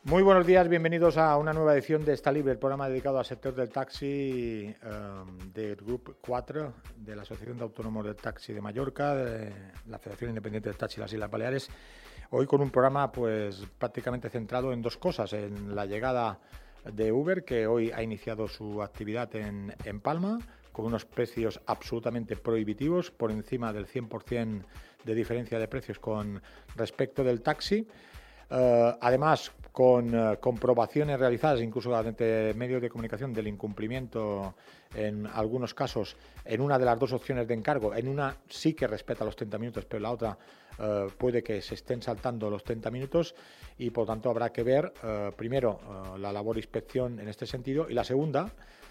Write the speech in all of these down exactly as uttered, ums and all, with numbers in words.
Muy buenos días, bienvenidos a una nueva edición de Está Libre, el programa dedicado al sector del taxi um, del Grupo cuatro, de la Asociación de Autónomos del Taxi de Mallorca, de la Federación Independiente del Taxi de las Islas Baleares. Hoy con un programa pues prácticamente centrado en dos cosas, en la llegada de Uber, que hoy ha iniciado su actividad en, en Palma, con unos precios absolutamente prohibitivos, por encima del cien por ciento de diferencia de precios con respecto del taxi. Uh, además, con uh, comprobaciones realizadas incluso ante medios de comunicación del incumplimiento en algunos casos en una de las dos opciones de encargo. En una sí que respeta los treinta minutos, pero la otra uh, puede que se estén saltando los treinta minutos y por tanto habrá que ver uh, primero uh, la labor de inspección en este sentido y la segunda,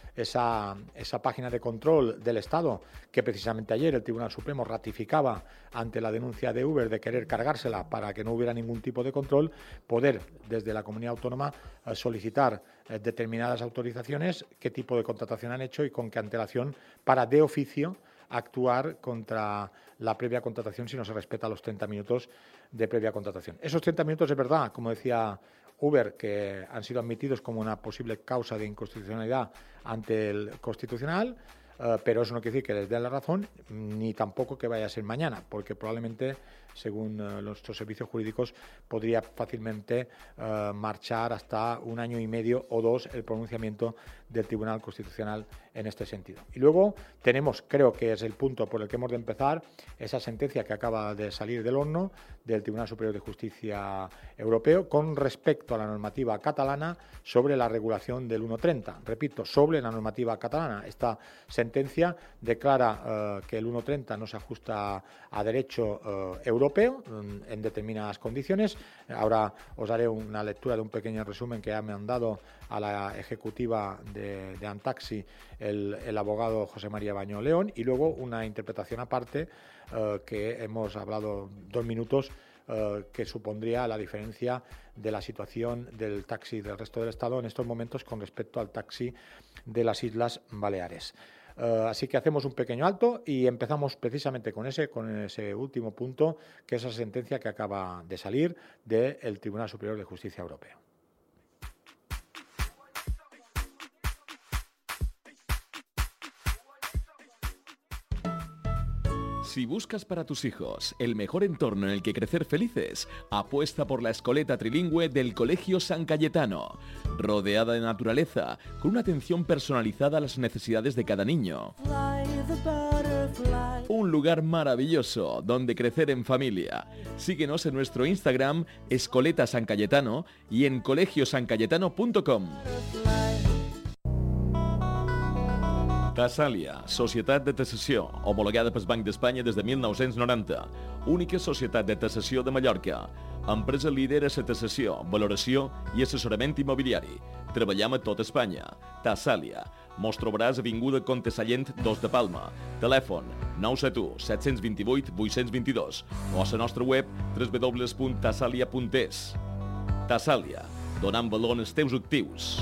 Esa, esa página de control del Estado que precisamente ayer el Tribunal Supremo ratificaba ante la denuncia de Uber de querer cargársela para que no hubiera ningún tipo de control, poder desde la comunidad autónoma eh, solicitar eh, determinadas autorizaciones, qué tipo de contratación han hecho y con qué antelación para de oficio actuar contra la previa contratación si no se respeta los treinta minutos de previa contratación. Esos treinta minutos es verdad, como decía Uber, que han sido admitidos como una posible causa de inconstitucionalidad ante el Constitucional, uh, pero eso no quiere decir que les den la razón, ni tampoco que vaya a ser mañana, porque probablemente, según uh, nuestros servicios jurídicos, podría fácilmente uh, marchar hasta un año y medio o dos el pronunciamiento del Tribunal Constitucional en este sentido. Y luego tenemos, creo que es el punto por el que hemos de empezar, esa sentencia que acaba de salir del horno del Tribunal Superior de Justicia Europeo con respecto a la normativa catalana sobre la regulación del uno treinta. Repito, sobre la normativa catalana. Esta sentencia declara uh, que el uno treinta no se ajusta a derecho uh, europeo um, en determinadas condiciones. Ahora os haré una lectura de un pequeño resumen que ya me han dado a la ejecutiva de, de Antaxi el, el abogado José María Baño León y luego una interpretación aparte uh, que hemos hablado dos minutos uh, que supondría la diferencia de la situación del taxi del resto del Estado en estos momentos con respecto al taxi de las Islas Baleares. Uh, así que hacemos un pequeño alto y empezamos precisamente con ese, con ese último punto, que es esa sentencia que acaba de salir del Tribunal Superior de Justicia Europeo. Si buscas para tus hijos el mejor entorno en el que crecer felices, apuesta por la escoleta trilingüe del Colegio San Cayetano, rodeada de naturaleza, con una atención personalizada a las necesidades de cada niño. Un lugar maravilloso donde crecer en familia. Síguenos en nuestro Instagram, Escoleta San Cayetano, y en colegio san cayetano punto com. Tassalia, societat de tasació, homologada pel Banc d'Espanya des de mil nou-cents noranta. Única societat de tasació de Mallorca. Empresa líder a la tasació, valoració i assessorament immobiliari. Treballem a tot Espanya. Tassalia. Mos trobaràs a Avinguda Comte Sallent dos de Palma. Telèfon nou set u, set dos vuit, vuit dos dos o a la nostra web w w w punt tassalia punt es. Tassalia, donant valor als teus actius.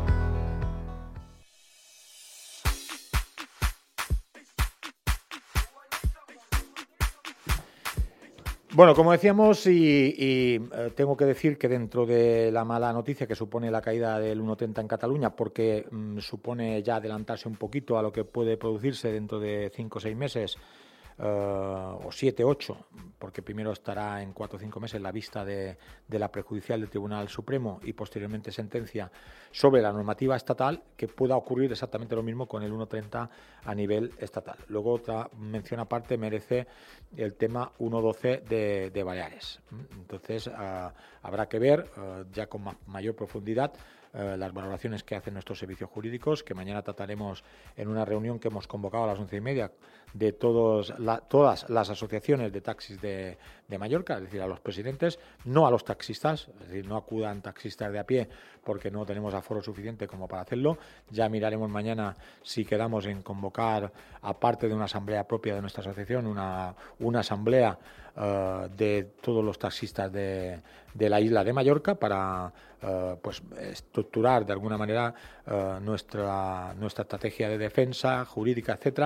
Bueno, como decíamos, y, y eh, tengo que decir que dentro de la mala noticia que supone la caída del uno treinta en Cataluña, porque mm, supone ya adelantarse un poquito a lo que puede producirse dentro de cinco o seis meses, Uh, o siete, ocho, porque primero estará en cuatro o cinco meses la vista de, de la prejudicial del Tribunal Supremo y posteriormente sentencia sobre la normativa estatal, que pueda ocurrir exactamente lo mismo con el uno treinta a nivel estatal. Luego otra mención aparte merece el tema uno doce de, de Baleares. Entonces uh, habrá que ver uh, ya con ma- mayor profundidad Uh, las valoraciones que hacen nuestros servicios jurídicos, que mañana trataremos en una reunión que hemos convocado a las once y media de todos la, todas las asociaciones de taxis de, de Mallorca, es decir, a los presidentes, no a los taxistas, es decir, no acudan taxistas de a pie porque no tenemos aforo suficiente como para hacerlo. Ya miraremos mañana si quedamos en convocar, aparte de una asamblea propia de nuestra asociación, una, una asamblea uh, de todos los taxistas de, de la isla de Mallorca para uh, pues estructurar de alguna manera uh, nuestra, nuestra estrategia de defensa jurídica, etcétera,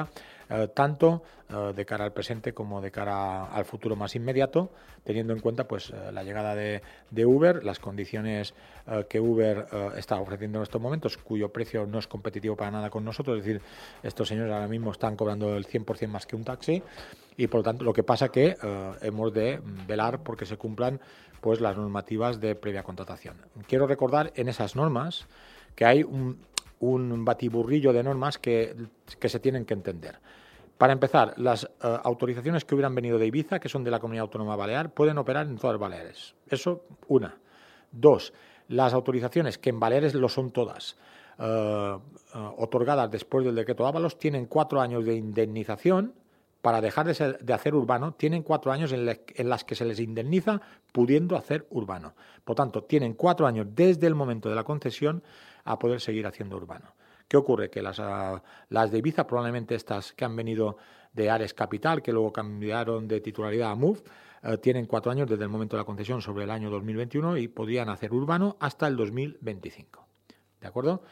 eh, tanto eh, de cara al presente como de cara al futuro más inmediato, teniendo en cuenta pues eh, la llegada de, de Uber, las condiciones eh, que Uber eh, está ofreciendo en estos momentos, cuyo precio no es competitivo para nada con nosotros, es decir, estos señores ahora mismo están cobrando el cien por ciento más que un taxi, y por lo tanto lo que pasa que eh, hemos de velar porque se cumplan pues las normativas de previa contratación. Quiero recordar en esas normas que hay un, un batiburrillo de normas que, que se tienen que entender. Para empezar, las uh, autorizaciones que hubieran venido de Ibiza, que son de la Comunidad Autónoma Balear, pueden operar en todas las Baleares. Eso, una. Dos, las autorizaciones, que en Baleares lo son todas, uh, uh, otorgadas después del decreto Ábalos, tienen cuatro años de indemnización para dejar de, ser, de hacer urbano, tienen cuatro años en, le, en las que se les indemniza pudiendo hacer urbano. Por tanto, tienen cuatro años desde el momento de la concesión a poder seguir haciendo urbano. ¿Qué ocurre? Que las, uh, las de Ibiza, probablemente estas que han venido de Ares Capital, que luego cambiaron de titularidad a Move, uh, tienen cuatro años desde el momento de la concesión sobre el año dos mil veintiuno y podrían hacer urbano hasta el dos mil veinticinco. ¿De acuerdo?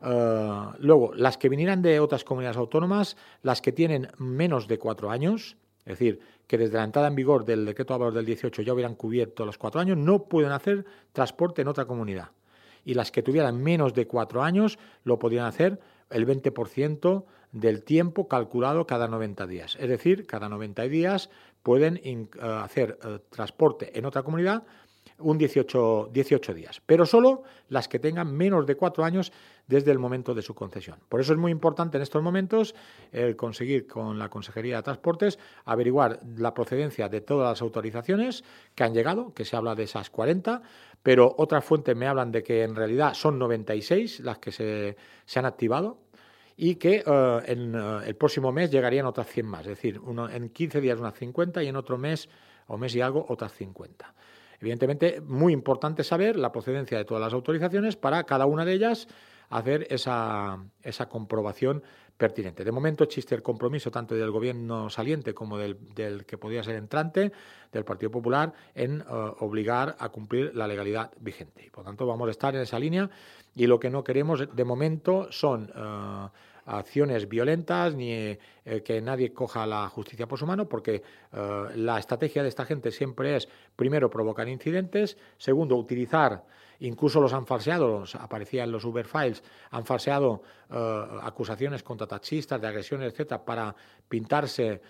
Uh, luego, las que vinieran de otras comunidades autónomas, las que tienen menos de cuatro años, es decir, que desde la entrada en vigor del decreto Ábalos del dieciocho ya hubieran cubierto los cuatro años, no pueden hacer transporte en otra comunidad. Y las que tuvieran menos de cuatro años lo podrían hacer el veinte por ciento del tiempo calculado cada noventa días. Es decir, cada noventa días pueden uh, hacer uh, transporte en otra comunidad un dieciocho, dieciocho días, pero solo las que tengan menos de cuatro años desde el momento de su concesión. Por eso es muy importante en estos momentos el conseguir con la Consejería de Transportes averiguar la procedencia de todas las autorizaciones que han llegado, que se habla de esas cuarenta, pero otras fuentes me hablan de que en realidad son noventa y seis las que se, se han activado y que uh, en uh, el próximo mes llegarían otras cien más, es decir, uno, en quince días unas cincuenta y en otro mes o mes y algo otras cincuenta. Evidentemente, muy importante saber la procedencia de todas las autorizaciones para cada una de ellas hacer esa, esa comprobación pertinente. De momento existe el compromiso tanto del gobierno saliente como del, del que podría ser entrante, del Partido Popular, en uh, obligar a cumplir la legalidad vigente. Y por tanto, vamos a estar en esa línea y lo que no queremos de momento son Uh, acciones violentas ni eh, que nadie coja la justicia por su mano, porque eh, la estrategia de esta gente siempre es, primero, provocar incidentes, segundo, utilizar, incluso los han falseado, aparecía en los Uber Files, han falseado eh, acusaciones contra taxistas de agresiones, etcétera, para pintarse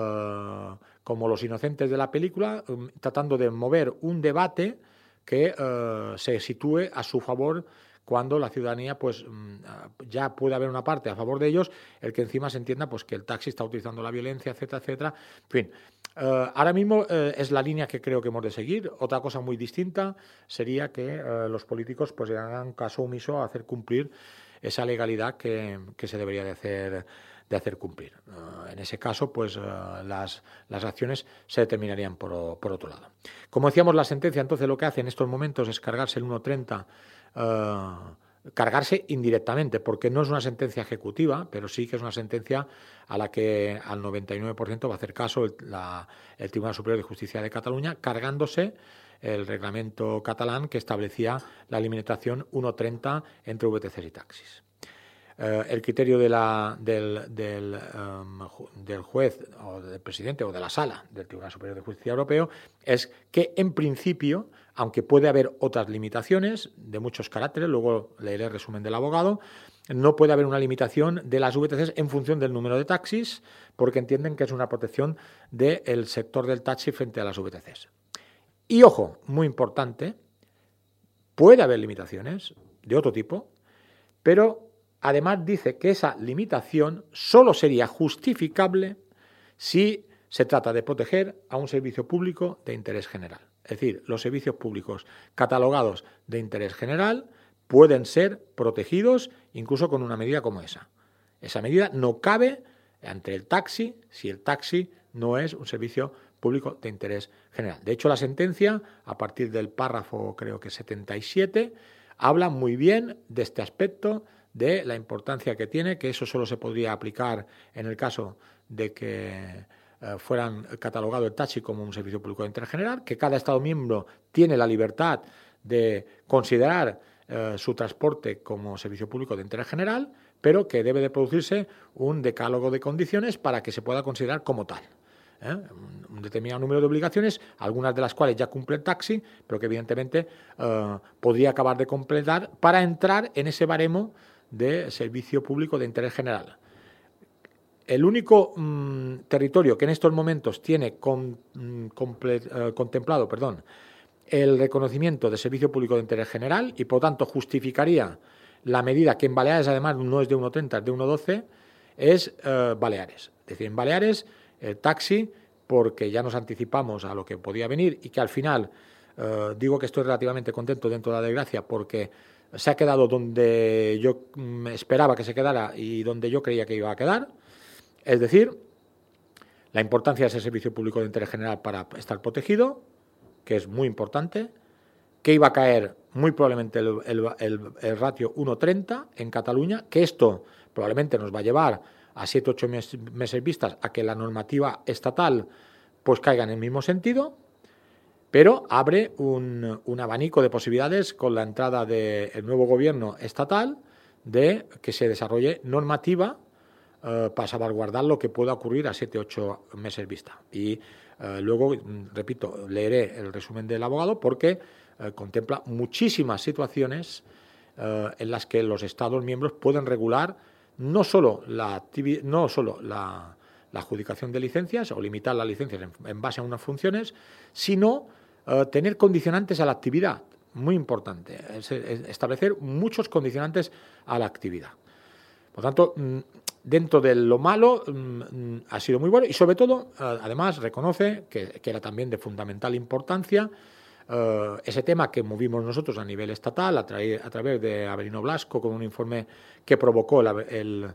eh, como los inocentes de la película, um, tratando de mover un debate que eh, se sitúe a su favor, cuando la ciudadanía pues ya puede haber una parte a favor de ellos, el que encima se entienda pues que el taxi está utilizando la violencia, etcétera, etcétera. En fin, uh, ahora mismo uh, es la línea que creo que hemos de seguir. Otra cosa muy distinta sería que uh, los políticos pues hagan caso omiso a hacer cumplir esa legalidad que, que se debería de hacer de hacer cumplir. Uh, en ese caso, pues uh, las, las acciones se determinarían por, por otro lado. Como decíamos, la sentencia entonces lo que hace en estos momentos es cargarse el uno treinta, Uh, cargarse indirectamente, porque no es una sentencia ejecutiva, pero sí que es una sentencia a la que al noventa y nueve por ciento va a hacer caso el, la, el Tribunal Superior de Justicia de Cataluña, cargándose el reglamento catalán que establecía la limitación uno treinta entre V T Cs y taxis. Uh, el criterio de la, del, del, um, del juez o del presidente o de la sala del Tribunal Superior de Justicia Europeo es que, en principio, aunque puede haber otras limitaciones de muchos caracteres, luego leeré el resumen del abogado, no puede haber una limitación de las V T Cs en función del número de taxis, porque entienden que es una protección del sector del taxi frente a las V T Cs. Y, ojo, muy importante, puede haber limitaciones de otro tipo, pero además dice que esa limitación solo sería justificable si se trata de proteger a un servicio público de interés general. Es decir, los servicios públicos catalogados de interés general pueden ser protegidos incluso con una medida como esa. Esa medida no cabe ante el taxi si el taxi no es un servicio público de interés general. De hecho, la sentencia, a partir del párrafo creo que setenta y siete, habla muy bien de este aspecto, de la importancia que tiene, que eso solo se podría aplicar en el caso de que eh, fueran catalogado el taxi como un servicio público de interés general, que cada Estado miembro tiene la libertad de considerar eh, su transporte como servicio público de interés general, pero que debe de producirse un decálogo de condiciones para que se pueda considerar como tal. ¿eh? Un determinado número de obligaciones, algunas de las cuales ya cumple el taxi, pero que evidentemente eh, podría acabar de completar para entrar en ese baremo de servicio público de interés general. El único mmm, territorio que en estos momentos tiene con, mmm, comple, eh, contemplado perdón, el reconocimiento de servicio público de interés general y por tanto justificaría la medida que en Baleares además no es de uno treinta, es de uno doce, es eh, Baleares. Es decir, en Baleares el taxi, porque ya nos anticipamos a lo que podía venir y que al final eh, digo que estoy relativamente contento dentro de la desgracia porque se ha quedado donde yo mm, esperaba que se quedara y donde yo creía que iba a quedar. Es decir, la importancia de ese servicio público de interés general para estar protegido, que es muy importante, que iba a caer muy probablemente el, el, el, el ratio uno treinta en Cataluña, que esto probablemente nos va a llevar a siete u ocho mes, meses vistas a que la normativa estatal pues caiga en el mismo sentido, pero abre un, un abanico de posibilidades con la entrada del nuevo gobierno estatal de que se desarrolle normativa Uh, para salvaguardar lo que pueda ocurrir a siete u ocho meses vista. Y uh, luego, repito, leeré el resumen del abogado porque uh, contempla muchísimas situaciones uh, en las que los Estados miembros pueden regular no solo la, no solo la, la adjudicación de licencias o limitar las licencias en, en base a unas funciones, sino uh, tener condicionantes a la actividad. Muy importante, es, es establecer muchos condicionantes a la actividad. Por tanto, dentro de lo malo ha sido muy bueno y sobre todo, además, reconoce que, que era también de fundamental importancia uh, ese tema que movimos nosotros a nivel estatal a, tra a través de Avelino Blasco con un informe que provocó la, el,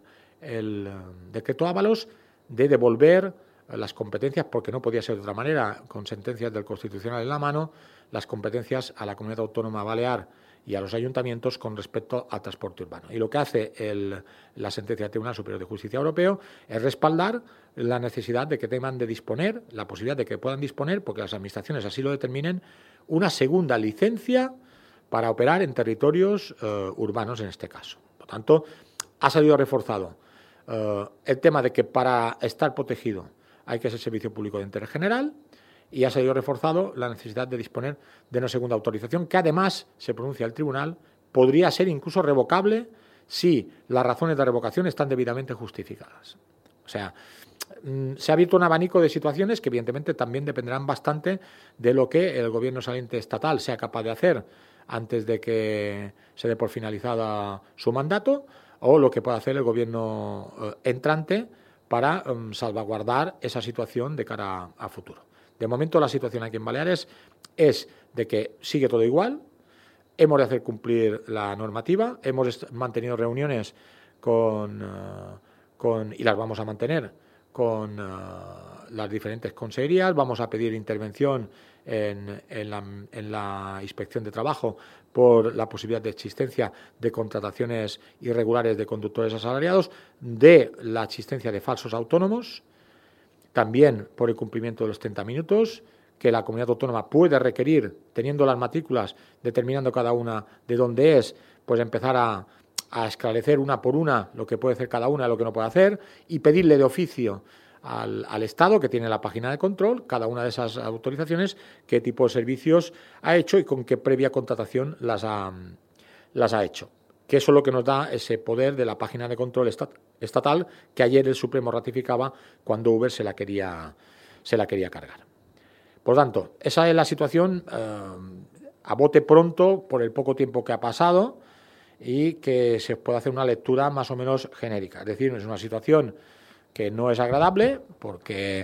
el decreto Ábalos de devolver las competencias, porque no podía ser de otra manera, con sentencias del Constitucional en la mano, las competencias a la Comunidad Autónoma Balear y a los ayuntamientos con respecto al transporte urbano. Y lo que hace el, la sentencia del Tribunal Superior de Justicia Europeo es respaldar la necesidad de que tengan de disponer, la posibilidad de que puedan disponer, porque las administraciones así lo determinen, una segunda licencia para operar en territorios eh, urbanos en este caso. Por tanto, ha salido reforzado eh, el tema de que para estar protegido hay que ser servicio público de interés general, y ha salido reforzado la necesidad de disponer de una segunda autorización que además, se pronuncia el tribunal, podría ser incluso revocable si las razones de revocación están debidamente justificadas. O sea, se ha abierto un abanico de situaciones que evidentemente también dependerán bastante de lo que el gobierno saliente estatal sea capaz de hacer antes de que se dé por finalizada su mandato o lo que pueda hacer el gobierno entrante para um, salvaguardar esa situación de cara a, a futuro. De momento la situación aquí en Baleares es de que sigue todo igual, hemos de hacer cumplir la normativa, hemos mantenido reuniones con, uh, con y las vamos a mantener con uh, las diferentes consejerías, vamos a pedir intervención en, en, la, en la inspección de trabajo por la posibilidad de existencia de contrataciones irregulares de conductores asalariados, de la existencia de falsos autónomos, también por el cumplimiento de los treinta minutos, que la comunidad autónoma puede requerir, teniendo las matrículas, determinando cada una de dónde es, pues empezar a, a esclarecer una por una lo que puede hacer cada una, lo que no puede hacer, y pedirle de oficio al, al Estado, que tiene la página de control, cada una de esas autorizaciones, qué tipo de servicios ha hecho y con qué previa contratación las ha, las ha hecho. Que eso es lo que nos da ese poder de la página de control estatal que ayer el Supremo ratificaba cuando Uber se la quería, se la quería cargar. Por tanto, esa es la situación eh, a bote pronto por el poco tiempo que ha pasado y que se puede hacer una lectura más o menos genérica. Es decir, es una situación que no es agradable porque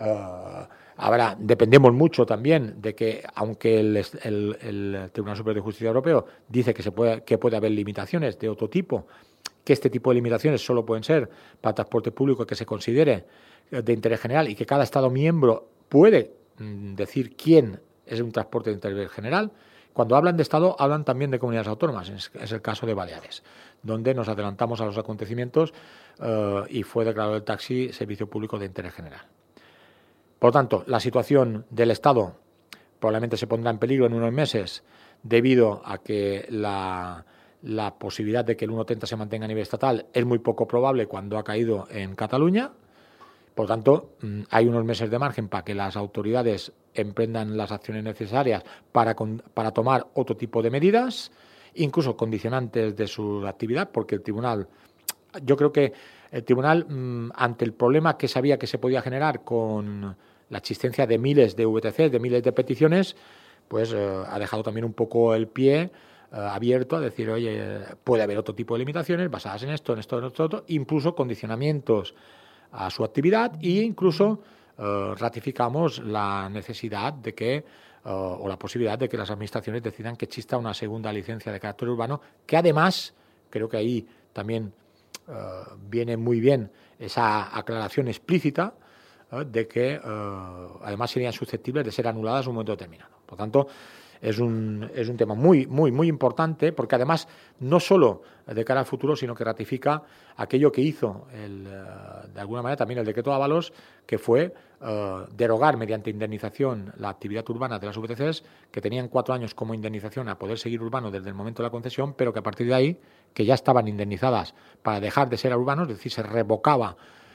eh, ahora dependemos mucho también de que, aunque el, el, el Tribunal Superior de Justicia Europeo dice que, se puede, que puede haber limitaciones de otro tipo, que este tipo de limitaciones solo pueden ser para transporte público que se considere de interés general y que cada Estado miembro puede mm, decir quién es un transporte de interés general. Cuando hablan de Estado, hablan también de comunidades autónomas, es, es el caso de Baleares, donde nos adelantamos a los acontecimientos uh, y fue declarado el taxi servicio público de interés general. Por lo tanto, la situación del Estado probablemente se pondrá en peligro en unos meses debido a que la, la posibilidad de que el uno coma treinta se mantenga a nivel estatal es muy poco probable cuando ha caído en Cataluña. Por lo tanto, hay unos meses de margen para que las autoridades emprendan las acciones necesarias para, para tomar otro tipo de medidas, incluso condicionantes de su actividad, porque el tribunal, yo creo que el tribunal, ante el problema que sabía que se podía generar con la existencia de miles de V T Cs, de miles de peticiones, pues eh, ha dejado también un poco el pie eh, abierto a decir, oye, puede haber otro tipo de limitaciones basadas en esto, en esto, en esto, en esto, incluso condicionamientos a su actividad, e incluso eh, ratificamos la necesidad de que, eh, o la posibilidad de que las administraciones decidan que exista una segunda licencia de carácter urbano, que además, creo que ahí también eh, viene muy bien esa aclaración explícita, eh, de que eh, además serían susceptibles de ser anuladas en un momento determinado. Por tanto, es un, es un tema muy, muy, muy importante, porque además no solo de cara al futuro, sino que ratifica aquello que hizo, el, de alguna manera, también el decreto de Ábalos, que fue uh, derogar mediante indemnización la actividad urbana de las V T Cs, que tenían cuatro años como indemnización a poder seguir urbanos desde el momento de la concesión, pero que a partir de ahí, que ya estaban indemnizadas para dejar de ser urbanos, es decir, se revocaba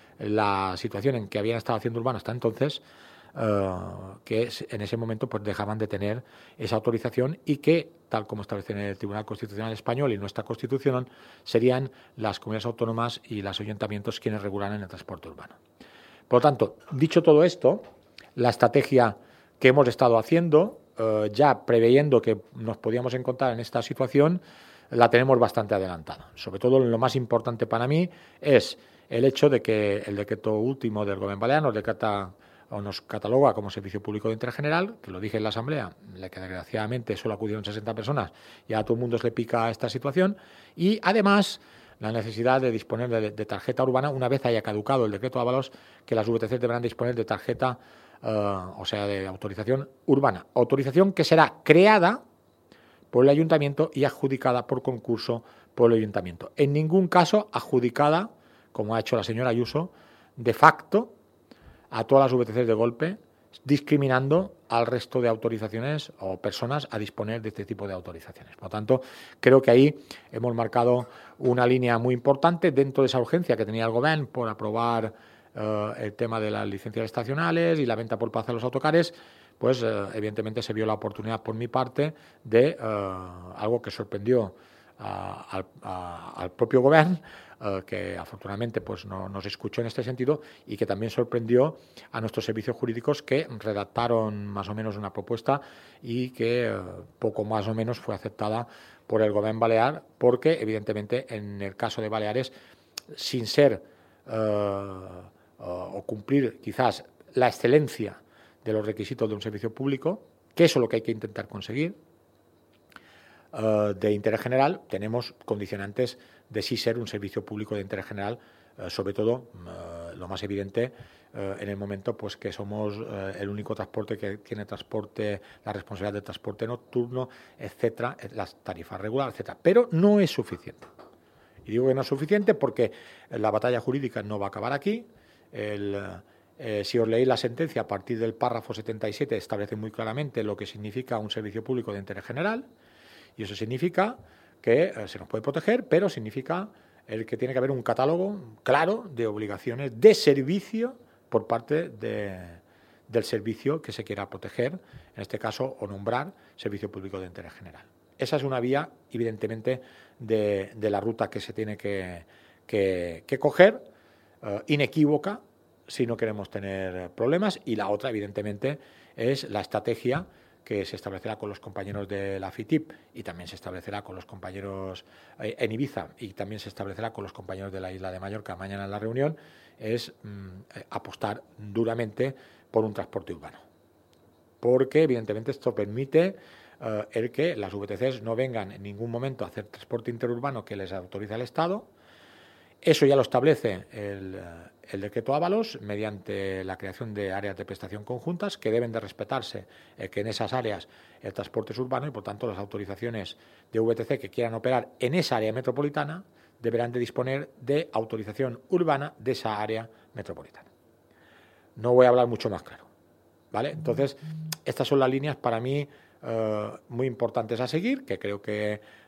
la situación en que habían estado haciendo urbanos hasta entonces, Uh, que en ese momento pues dejaban de tener esa autorización, y que, tal como establece en el Tribunal Constitucional Español y nuestra Constitución, serían las comunidades autónomas y los ayuntamientos quienes regularan el transporte urbano. Por lo tanto, dicho todo esto, la estrategia que hemos estado haciendo, uh, ya preveyendo que nos podíamos encontrar en esta situación, la tenemos bastante adelantada. Sobre todo, lo más importante para mí es el hecho de que el decreto último del Gobierno Balear nos decreta o nos cataloga como servicio público de interés general, que lo dije en la Asamblea, que desgraciadamente solo acudieron sesenta personas y a todo el mundo se le pica esta situación, y además la necesidad de disponer de, de tarjeta urbana una vez haya caducado el decreto de Ábalos, que las V T Cs deberán disponer de tarjeta, uh, o sea, de autorización urbana, autorización que será creada por el ayuntamiento y adjudicada por concurso por el ayuntamiento. En ningún caso adjudicada, como ha hecho la señora Ayuso, de facto, a todas las V T Cs de golpe, discriminando al resto de autorizaciones o personas a disponer de este tipo de autorizaciones. Por lo tanto, creo que ahí hemos marcado una línea muy importante dentro de esa urgencia que tenía el Gobierno por aprobar eh, el tema de las licencias estacionales y la venta por plaza de los autocares. Pues eh, evidentemente se vio la oportunidad por mi parte de eh, algo que sorprendió a, a, a, al propio Gobierno, Uh, que afortunadamente pues no nos escuchó en este sentido, y que también sorprendió a nuestros servicios jurídicos, que redactaron más o menos una propuesta y que uh, poco más o menos fue aceptada por el Gobierno Balear, porque evidentemente en el caso de Baleares, sin ser uh, uh, o cumplir quizás la excelencia de los requisitos de un servicio público, que eso es lo que hay que intentar conseguir, uh, de interés general, tenemos condicionantes de sí ser un servicio público de interés general, eh, sobre todo, eh, lo más evidente, eh, en el momento pues que somos eh, el único transporte que tiene transporte, la responsabilidad del transporte nocturno, etcétera, las tarifas regulares, etcétera. Pero no es suficiente. Y digo que no es suficiente porque la batalla jurídica no va a acabar aquí. El, eh, si os leéis la sentencia, a partir del párrafo setenta y siete establece muy claramente lo que significa un servicio público de interés general, y eso significa que eh, se nos puede proteger, pero significa el que tiene que haber un catálogo claro de obligaciones de servicio por parte de, del servicio que se quiera proteger, en este caso, o nombrar servicio público de interés general. Esa es una vía, evidentemente, de, de la ruta que se tiene que, que, que coger, eh, inequívoca, si no queremos tener problemas, y la otra, evidentemente, es la estrategia que se establecerá con los compañeros de la FITIP y también se establecerá con los compañeros eh, en Ibiza y también se establecerá con los compañeros de la isla de Mallorca mañana en la reunión, es mm, apostar duramente por un transporte urbano. Porque, evidentemente, esto permite eh, el que las V T Cs no vengan en ningún momento a hacer transporte interurbano que les autoriza el Estado. Eso ya lo establece el, el decreto Ábalos mediante la creación de áreas de prestación conjuntas que deben de respetarse, eh, que en esas áreas el transporte es urbano y, por tanto, las autorizaciones de V T C que quieran operar en esa área metropolitana deberán de disponer de autorización urbana de esa área metropolitana. No voy a hablar mucho más claro, ¿vale? Entonces, estas son las líneas para mí eh, muy importantes a seguir, que creo que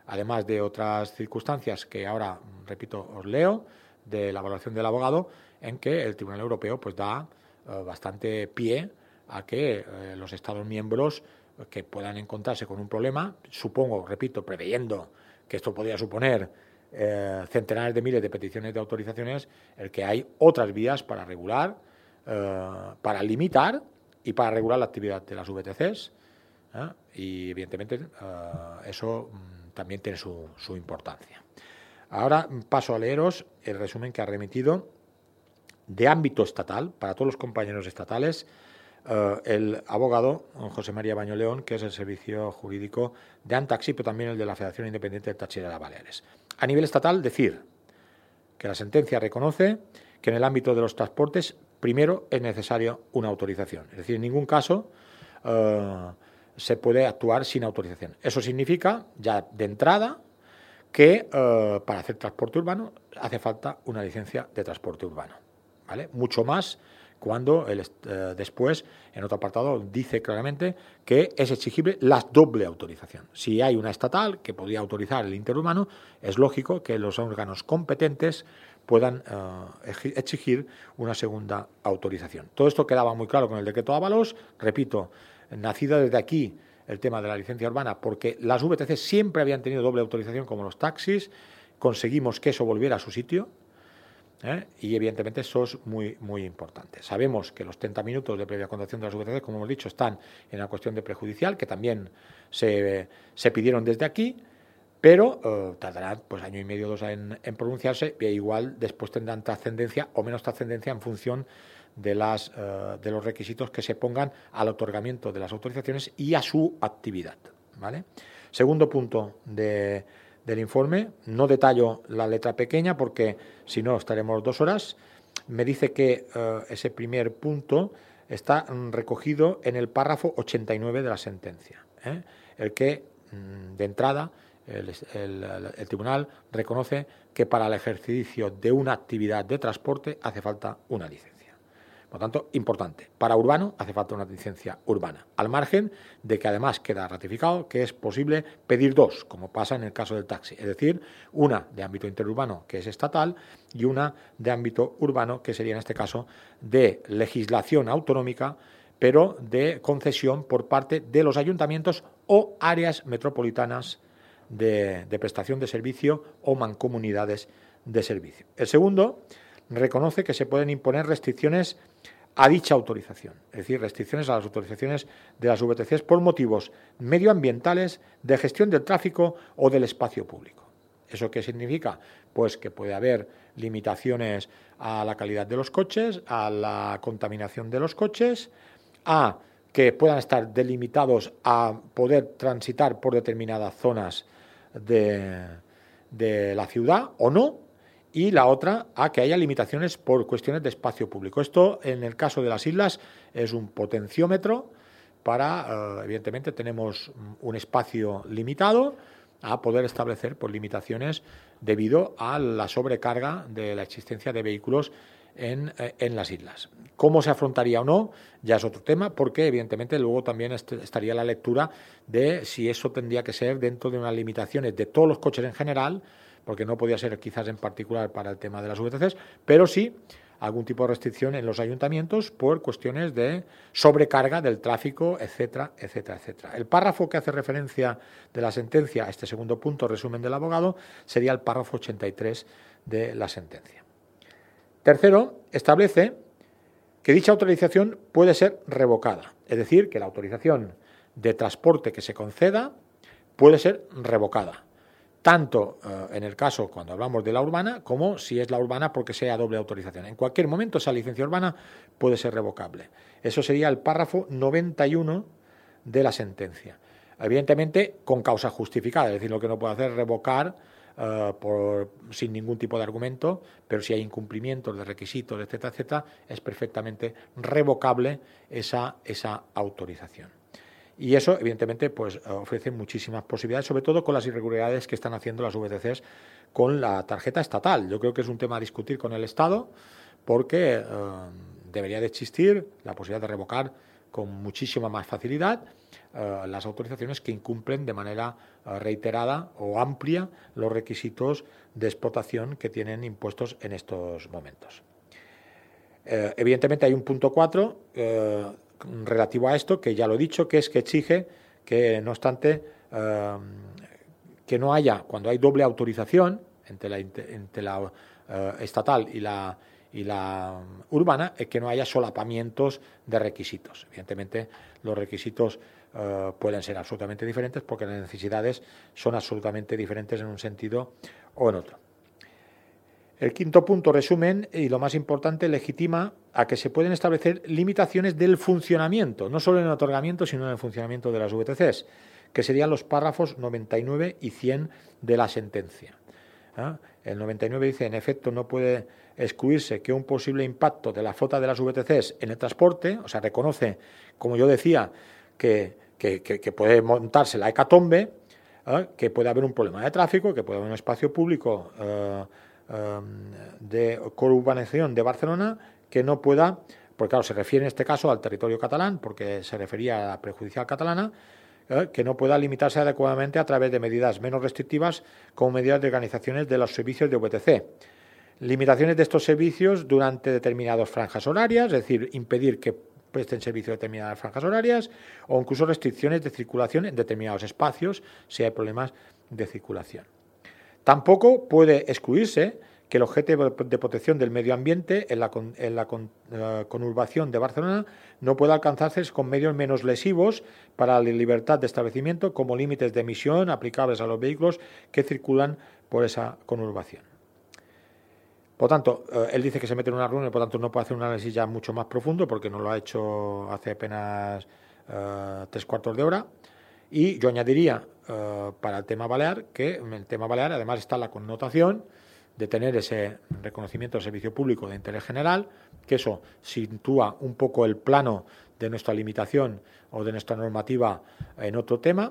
además de otras circunstancias que ahora, repito, os leo, de la valoración del abogado, en que el Tribunal Europeo pues da eh, bastante pie a que eh, los Estados miembros que puedan encontrarse con un problema, supongo, repito, preveyendo que esto podría suponer eh, centenares de miles de peticiones de autorizaciones, el que hay otras vías para regular, eh, para limitar y para regular la actividad de las V T Cs, ¿eh? Y evidentemente eh, eso mm, también tiene su, su importancia. Ahora paso a leeros el resumen que ha remitido de ámbito estatal, para todos los compañeros estatales, Uh, el abogado José María Baño León, que es el servicio jurídico de ANTAXI, pero también el de la Federación Independiente de Taxi de las Baleares. A nivel estatal, decir que la sentencia reconoce que en el ámbito de los transportes, primero es necesaria una autorización. Es decir, en ningún caso uh, se puede actuar sin autorización. Eso significa, ya de entrada, que uh, para hacer transporte urbano hace falta una licencia de transporte urbano, ¿vale? Mucho más cuando el, eh, después, en otro apartado, dice claramente que es exigible la doble autorización. Si hay una estatal que podría autorizar el interurbano, es lógico que los órganos competentes puedan eh, exigir una segunda autorización. Todo esto quedaba muy claro con el decreto Ábalos. Repito, nacido desde aquí el tema de la licencia urbana, porque las V T C siempre habían tenido doble autorización como los taxis, conseguimos que eso volviera a su sitio. ¿Eh? Y evidentemente eso es muy, muy importante. Sabemos que los treinta minutos de previa conducción de las V T C, como hemos dicho, están en la cuestión de prejudicial, que también se, se pidieron desde aquí, pero eh, tardarán pues año y medio, dos en, en pronunciarse, y igual después tendrán trascendencia o menos trascendencia en función de, las, eh, de los requisitos que se pongan al otorgamiento de las autorizaciones y a su actividad, ¿vale? Segundo punto de del informe, no detallo la letra pequeña porque si no estaremos dos horas. Me dice que uh, ese primer punto está mm, recogido en el párrafo ochenta y nueve de la sentencia, ¿eh? El que, mm, de entrada, el, el, el tribunal reconoce que para el ejercicio de una actividad de transporte hace falta una licencia. Por lo tanto, importante. Para urbano hace falta una licencia urbana, al margen de que además queda ratificado que es posible pedir dos, como pasa en el caso del taxi, es decir, una de ámbito interurbano, que es estatal, y una de ámbito urbano, que sería en este caso de legislación autonómica, pero de concesión por parte de los ayuntamientos o áreas metropolitanas de, de prestación de servicio o mancomunidades de servicio. El segundo reconoce que se pueden imponer restricciones a dicha autorización, es decir, restricciones a las autorizaciones de las V T Cs por motivos medioambientales, de gestión del tráfico o del espacio público. ¿Eso qué significa? Pues que puede haber limitaciones a la calidad de los coches, a la contaminación de los coches, a que puedan estar delimitados a poder transitar por determinadas zonas de, de la ciudad o no, y la otra a que haya limitaciones por cuestiones de espacio público. Esto, en el caso de las islas, es un potenciómetro para, eh, evidentemente, tenemos un espacio limitado a poder establecer pues, limitaciones debido a la sobrecarga de la existencia de vehículos en, eh, en las islas. ¿Cómo se afrontaría o no? Ya es otro tema, porque evidentemente luego también est- estaría la lectura de si eso tendría que ser dentro de unas limitaciones de todos los coches en general, porque no podía ser quizás en particular para el tema de las V T Cs, pero sí algún tipo de restricción en los ayuntamientos por cuestiones de sobrecarga del tráfico, etcétera, etcétera, etcétera. El párrafo que hace referencia de la sentencia a este segundo punto, resumen del abogado, sería el párrafo ochenta y tres de la sentencia. Tercero, establece que dicha autorización puede ser revocada, es decir, que la autorización de transporte que se conceda puede ser revocada, tanto eh, en el caso cuando hablamos de la urbana como si es la urbana porque sea doble autorización. En cualquier momento esa licencia urbana puede ser revocable. Eso sería el párrafo noventa y uno de la sentencia. Evidentemente con causa justificada, es decir, lo que no puede hacer es revocar eh, por, sin ningún tipo de argumento, pero si hay incumplimientos de requisitos, etcétera, etcétera, es perfectamente revocable esa, esa autorización. Y eso, evidentemente, pues ofrece muchísimas posibilidades, sobre todo con las irregularidades que están haciendo las V T Cs con la tarjeta estatal. Yo creo que es un tema a discutir con el Estado, porque eh, debería de existir la posibilidad de revocar con muchísima más facilidad eh, las autorizaciones que incumplen de manera eh, reiterada o amplia los requisitos de explotación que tienen impuestos en estos momentos. Eh, evidentemente hay un punto cuatro eh, relativo a esto, que ya lo he dicho, que es que exige que, no obstante, eh, que no haya, cuando hay doble autorización entre la, entre la eh, estatal y la, y la urbana, es que no haya solapamientos de requisitos. Evidentemente, los requisitos eh, pueden ser absolutamente diferentes porque las necesidades son absolutamente diferentes en un sentido o en otro. El quinto punto, resumen, y lo más importante, legitima a que se pueden establecer limitaciones del funcionamiento, no solo en el otorgamiento, sino en el funcionamiento de las V T Cs, que serían los párrafos noventa y nueve y cien de la sentencia. ¿Eh? El noventa y nueve dice, en efecto, no puede excluirse que un posible impacto de la flota de las V T Cs en el transporte, o sea, reconoce, como yo decía, que, que, que, que puede montarse la hecatombe, ¿eh? que puede haber un problema de tráfico, que puede haber un espacio público eh, de conurbanización de Barcelona que no pueda, porque claro, se refiere en este caso al territorio catalán, porque se refería a la prejudicial catalana, eh, que no pueda limitarse adecuadamente a través de medidas menos restrictivas como medidas de organizaciones de los servicios de V T C. Limitaciones de estos servicios durante determinadas franjas horarias, es decir, impedir que presten servicio a determinadas franjas horarias, o incluso restricciones de circulación en determinados espacios si hay problemas de circulación. Tampoco puede excluirse que el objeto de protección del medio ambiente en la, en la conurbación de Barcelona no pueda alcanzarse con medios menos lesivos para la libertad de establecimiento, como límites de emisión aplicables a los vehículos que circulan por esa conurbación. Por tanto, él dice que se mete en una reunión y por tanto no puede hacer un análisis ya mucho más profundo porque no lo ha hecho hace apenas uh, tres cuartos de hora. Y yo añadiría uh, para el tema balear que en el tema balear además está la connotación de tener ese reconocimiento de servicio público de interés general, que eso sitúa un poco el plano de nuestra limitación o de nuestra normativa en otro tema,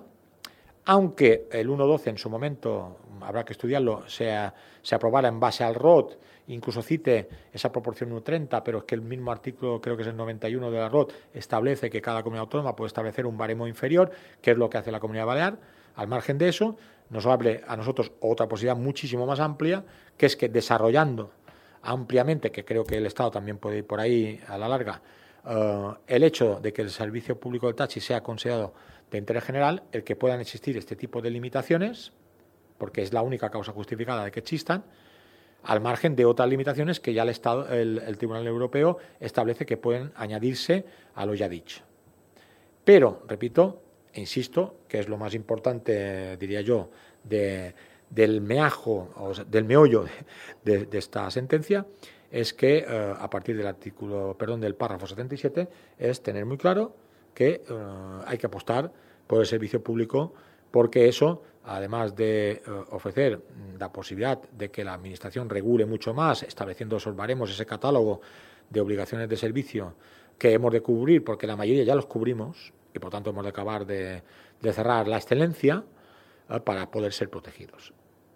aunque el uno punto doce en su momento, habrá que estudiarlo, se, se aprobara en base al R O T, incluso cite esa proporción uno punto treinta, pero es que el mismo artículo, creo que es el noventa y uno de la R O T, establece que cada comunidad autónoma puede establecer un baremo inferior, que es lo que hace la Comunidad Balear. Al margen de eso, nos abre a nosotros otra posibilidad muchísimo más amplia, que es que desarrollando ampliamente, que creo que el Estado también puede ir por ahí a la larga, uh, el hecho de que el servicio público del taxi sea considerado de interés general, el que puedan existir este tipo de limitaciones, porque es la única causa justificada de que existan, al margen de otras limitaciones que ya el, Estado, el, el Tribunal Europeo establece que pueden añadirse a lo ya dicho. Pero, repito, e insisto, que es lo más importante, diría yo, de, del meajo, o sea, del meollo de, de, de esta sentencia, es que eh, a partir del artículo, perdón, del párrafo setenta y siete, es tener muy claro que eh, hay que apostar por el servicio público, porque eso, además de eh, ofrecer la posibilidad de que la Administración regule mucho más, estableciendo esos baremos, ese catálogo de obligaciones de servicio que hemos de cubrir, porque la mayoría ya los cubrimos, y por tanto hemos de acabar de, de cerrar la excelencia eh, para poder ser protegidos.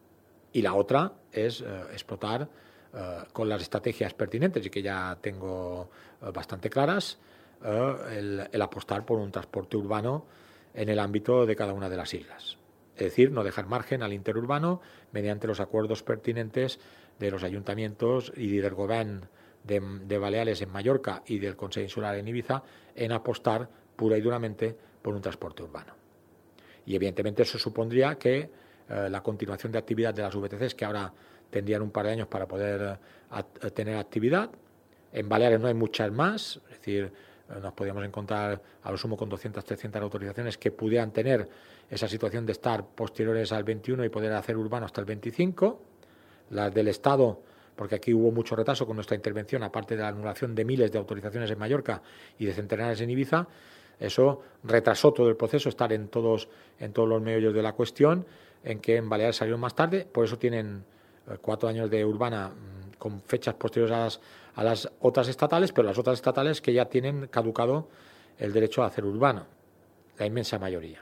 Y la otra es eh, explotar eh, con las estrategias pertinentes, y que ya tengo eh, bastante claras, eh, el, el apostar por un transporte urbano en el ámbito de cada una de las islas. Es decir, no dejar margen al interurbano mediante los acuerdos pertinentes de los ayuntamientos y del Gobierno de, de Baleares en Mallorca y del Consell Insular en Ibiza en apostar pura y duramente por un transporte urbano. Y evidentemente eso supondría que eh, la continuación de actividad de las V T Cs, que ahora tendrían un par de años para poder eh, a, a tener actividad. En Baleares no hay muchas más, es decir, nos podríamos encontrar a lo sumo con doscientas, trescientas autorizaciones que pudieran tener esa situación de estar posteriores al veintiuno y poder hacer urbano hasta el veinticinco. Las del Estado, porque aquí hubo mucho retraso con nuestra intervención, aparte de la anulación de miles de autorizaciones en Mallorca y de centenares en Ibiza, eso retrasó todo el proceso, estar en todos, en todos los meollos de la cuestión, en que en Baleares salieron más tarde, por eso tienen eh, cuatro años de urbana con fechas posteriores a las, a las otras estatales, pero las otras estatales que ya tienen caducado el derecho a hacer urbano, la inmensa mayoría.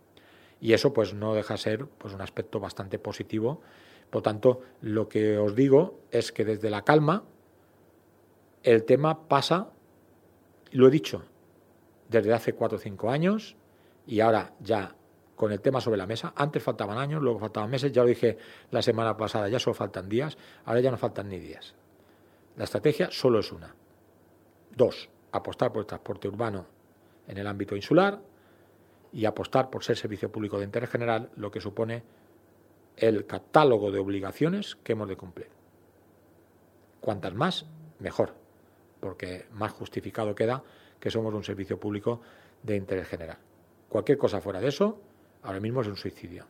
Y eso pues no deja de ser pues, un aspecto bastante positivo. Por tanto, lo que os digo es que desde la calma el tema pasa, lo he dicho, desde hace cuatro o cinco años, y ahora ya con el tema sobre la mesa. Antes faltaban años, luego faltaban meses, ya lo dije la semana pasada, ya solo faltan días, ahora ya no faltan ni días. La estrategia solo es una. Dos, apostar por el transporte urbano en el ámbito insular y apostar por ser servicio público de interés general, lo que supone el catálogo de obligaciones que hemos de cumplir. Cuantas más, mejor, porque más justificado queda que somos un servicio público de interés general. Cualquier cosa fuera de eso, ahora mismo es un suicidio.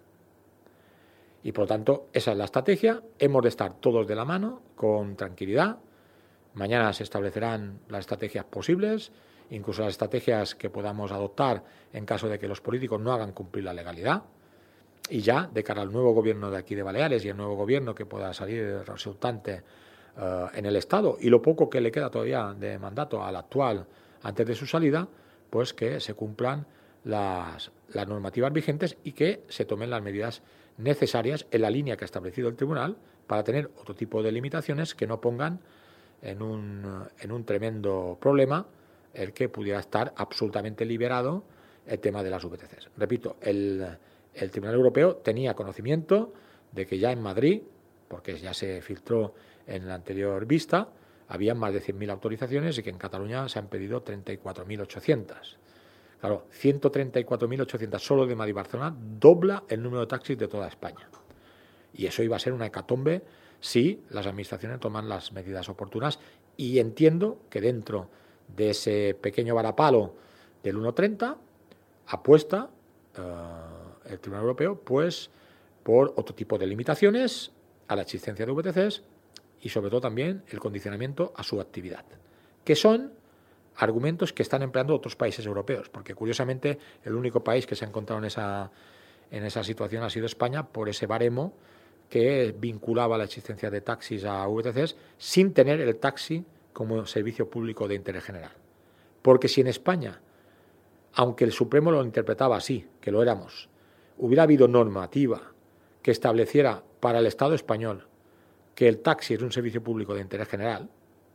Y por lo tanto, esa es la estrategia. Hemos de estar todos de la mano, con tranquilidad. Mañana se establecerán las estrategias posibles, incluso las estrategias que podamos adoptar en caso de que los políticos no hagan cumplir la legalidad. Y ya, de cara al nuevo gobierno de aquí de Baleares y el nuevo gobierno que pueda salir resultante uh, en el Estado, y lo poco que le queda todavía de mandato al actual antes de su salida, pues que se cumplan las, las normativas vigentes y que se tomen las medidas necesarias en la línea que ha establecido el tribunal para tener otro tipo de limitaciones que no pongan en un, en un tremendo problema el que pudiera estar absolutamente liberado el tema de las V T Cs. Repito, el, el Tribunal Europeo tenía conocimiento de que ya en Madrid, porque ya se filtró en la anterior vista, había más de cien mil autorizaciones y que en Cataluña se han pedido treinta y cuatro mil ochocientas. Claro, ciento treinta y cuatro mil ochocientas solo de Madrid y Barcelona dobla el número de taxis de toda España. Y eso iba a ser una hecatombe si las administraciones toman las medidas oportunas. Y entiendo que dentro de ese pequeño varapalo del uno coma treinta apuesta uh, el Tribunal Europeo pues por otro tipo de limitaciones a la existencia de V T Cs y sobre todo también el condicionamiento a su actividad, que son argumentos que están empleando otros países europeos, porque curiosamente el único país que se ha encontrado en esa, en esa situación ha sido España por ese baremo que vinculaba la existencia de taxis a V T Cs sin tener el taxi como servicio público de interés general. Porque si en España, aunque el Supremo lo interpretaba así, que lo éramos, hubiera habido normativa que estableciera para el Estado español que el taxi es un servicio público de interés general,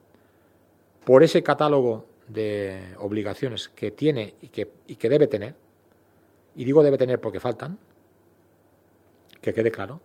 por ese catálogo de obligaciones que tiene y que, y que debe tener, y digo debe tener porque faltan, que quede claro,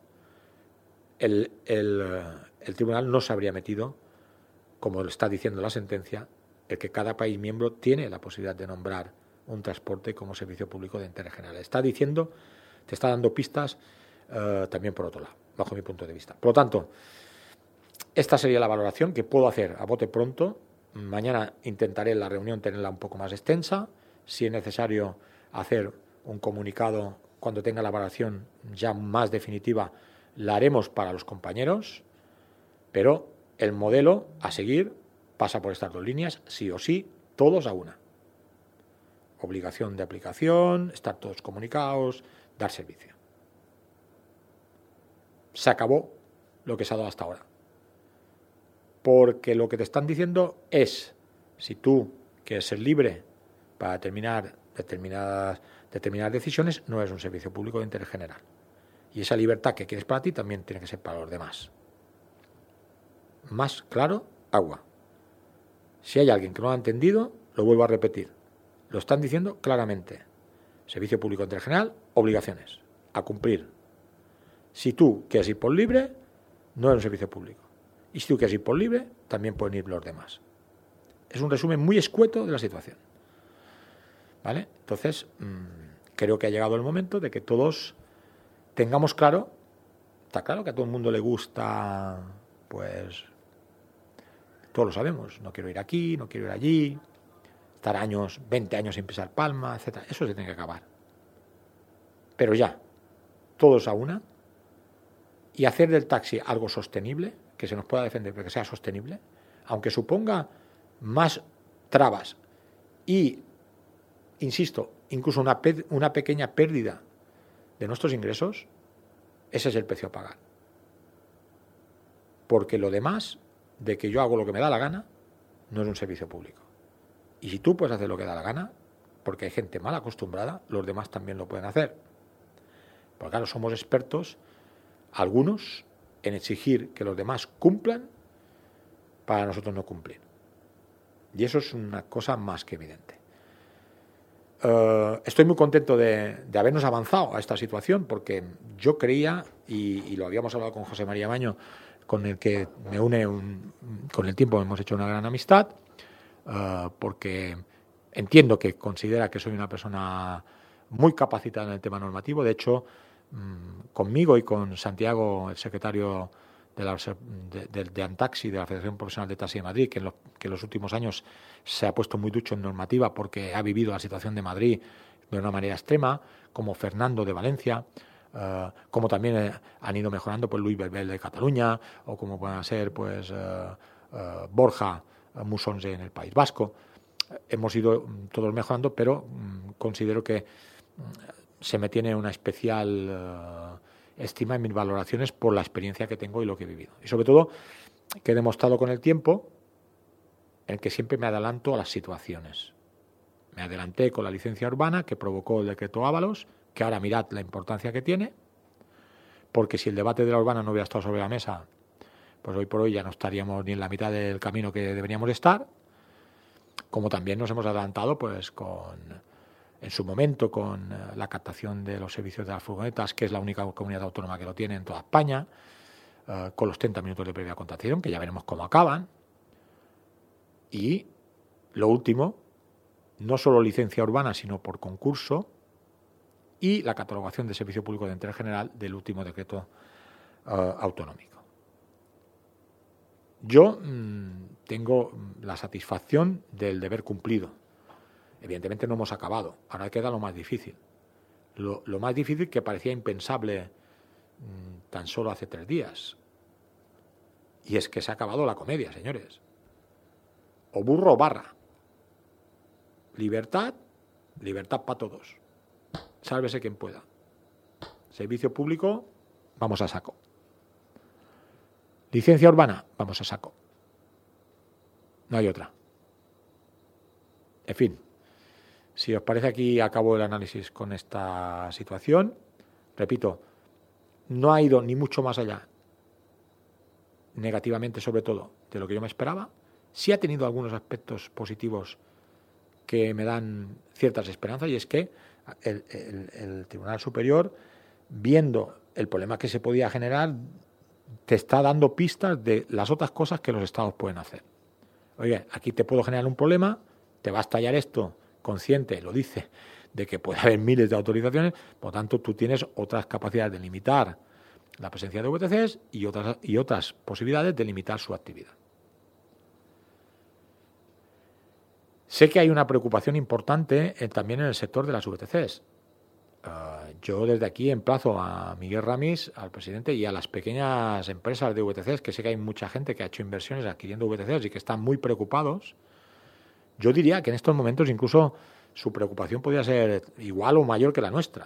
el, el, el tribunal no se habría metido, como lo está diciendo la sentencia, el que cada país miembro tiene la posibilidad de nombrar un transporte como servicio público de interés general. Está diciendo, te está dando pistas uh, también por otro lado, bajo mi punto de vista. Por lo tanto, esta sería la valoración que puedo hacer a bote pronto. Mañana intentaré la reunión tenerla un poco más extensa. Si es necesario hacer un comunicado cuando tenga la valoración ya más definitiva, la haremos para los compañeros, pero el modelo a seguir pasa por estas dos líneas, sí o sí, todos a una. Obligación de aplicación, estar todos comunicados, dar servicio. Se acabó lo que se ha dado hasta ahora. Porque lo que te están diciendo es, si tú quieres ser libre para determinar determinadas, determinadas decisiones, no es un servicio público de interés general. Y esa libertad que quieres para ti también tiene que ser para los demás. Más claro, agua. Si hay alguien que no lo ha entendido, lo vuelvo a repetir. Lo están diciendo claramente. Servicio público de interés general, obligaciones a cumplir. Si tú quieres ir por libre, no es un servicio público. Y si tú quieres ir por libre, también pueden ir los demás. Es un resumen muy escueto de la situación. ¿Vale? Entonces, mmm, creo que ha llegado el momento de que todos tengamos claro, está claro que a todo el mundo le gusta, pues, todos lo sabemos, no quiero ir aquí, no quiero ir allí, estar años, veinte años sin pisar palma, etcétera. Eso se tiene que acabar. Pero ya, todos a una, y hacer del taxi algo sostenible, que se nos pueda defender, pero que sea sostenible, aunque suponga más trabas y, insisto, incluso una, pe- una pequeña pérdida de nuestros ingresos, ese es el precio a pagar. Porque lo demás, de que yo hago lo que me da la gana, no es un servicio público. Y si tú puedes hacer lo que da la gana, porque hay gente mal acostumbrada, los demás también lo pueden hacer. Porque claro, somos expertos, algunos, en exigir que los demás cumplan para nosotros no cumplir. Y eso es una cosa más que evidente. Uh, estoy muy contento de, de habernos avanzado a esta situación, porque yo creía, y, y lo habíamos hablado con José María Maño, con el que me une, un, con el tiempo hemos hecho una gran amistad, uh, porque entiendo que considera que soy una persona muy capacitada en el tema normativo. De hecho, mmm, conmigo y con Santiago, el secretario de, la, de, de, de ANTAXI, de la Federación Profesional de Taxi de Madrid, que en, lo, que en los últimos años se ha puesto muy ducho en normativa porque ha vivido la situación de Madrid de una manera extrema, como Fernando de Valencia, uh, como también eh, han ido mejorando pues Luis Belbel de Cataluña, o como puedan ser pues uh, uh, Borja uh, Musonze en el País Vasco. Hemos ido todos mejorando, pero um, considero que um, se me tiene una especial uh, estima en mis valoraciones por la experiencia que tengo y lo que he vivido. Y sobre todo que he demostrado con el tiempo en que siempre me adelanto a las situaciones. Me adelanté con la licencia urbana que provocó el decreto Ábalos, que ahora mirad la importancia que tiene, porque si el debate de la urbana no hubiera estado sobre la mesa, pues hoy por hoy ya no estaríamos ni en la mitad del camino que deberíamos estar, como también nos hemos adelantado pues con, en su momento, con la captación de los servicios de las furgonetas, que es la única comunidad autónoma que lo tiene en toda España, uh, con los treinta minutos de previa contratación, que ya veremos cómo acaban. Y lo último, no solo licencia urbana, sino por concurso, y la catalogación de servicio público de interés general del último decreto uh, autonómico. Yo mmm, tengo la satisfacción del deber cumplido. Evidentemente no hemos acabado, ahora queda lo más difícil. Lo, lo más difícil que parecía impensable mmm, tan solo hace tres días. Y es que se ha acabado la comedia, señores. O burro o barra. Libertad, libertad para todos. Sálvese quien pueda. Servicio público, vamos a saco. Licencia urbana, vamos a saco. No hay otra. En fin, si os parece, aquí acabo el análisis con esta situación. Repito, no ha ido ni mucho más allá, negativamente sobre todo, de lo que yo me esperaba. Sí ha tenido algunos aspectos positivos que me dan ciertas esperanzas, y es que el, el, el Tribunal Superior, viendo el problema que se podía generar, te está dando pistas de las otras cosas que los estados pueden hacer. Oye, aquí te puedo generar un problema, te va a estallar esto, consciente, lo dice, de que puede haber miles de autorizaciones, por lo tanto tú tienes otras capacidades de limitar la presencia de V T Cs y otras, y otras posibilidades de limitar su actividad. Sé que hay una preocupación importante eh, también en el sector de las V T Cs. Uh, yo desde aquí emplazo a Miguel Ramis, al presidente, y a las pequeñas empresas de V T Cs, que sé que hay mucha gente que ha hecho inversiones adquiriendo V T Cs y que están muy preocupados. Yo diría que en estos momentos incluso su preocupación podría ser igual o mayor que la nuestra.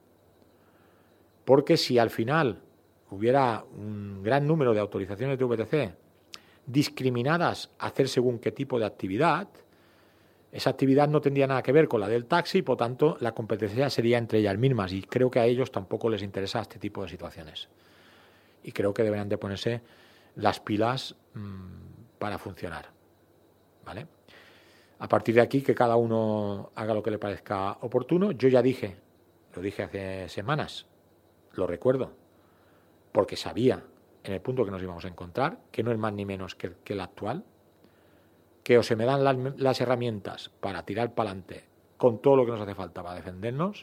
Porque si al final hubiera un gran número de autorizaciones de V T C discriminadas a hacer según qué tipo de actividad, esa actividad no tendría nada que ver con la del taxi, por tanto la competencia sería entre ellas mismas, y creo que a ellos tampoco les interesa este tipo de situaciones. Y creo que deberían de ponerse las pilas mmm, para funcionar. ¿Vale? A partir de aquí, que cada uno haga lo que le parezca oportuno. Yo ya dije, lo dije hace semanas, lo recuerdo, porque sabía en el punto que nos íbamos a encontrar, que no es más ni menos que, que el actual, que o se me dan las, las herramientas para tirar para adelante con todo lo que nos hace falta para defendernos,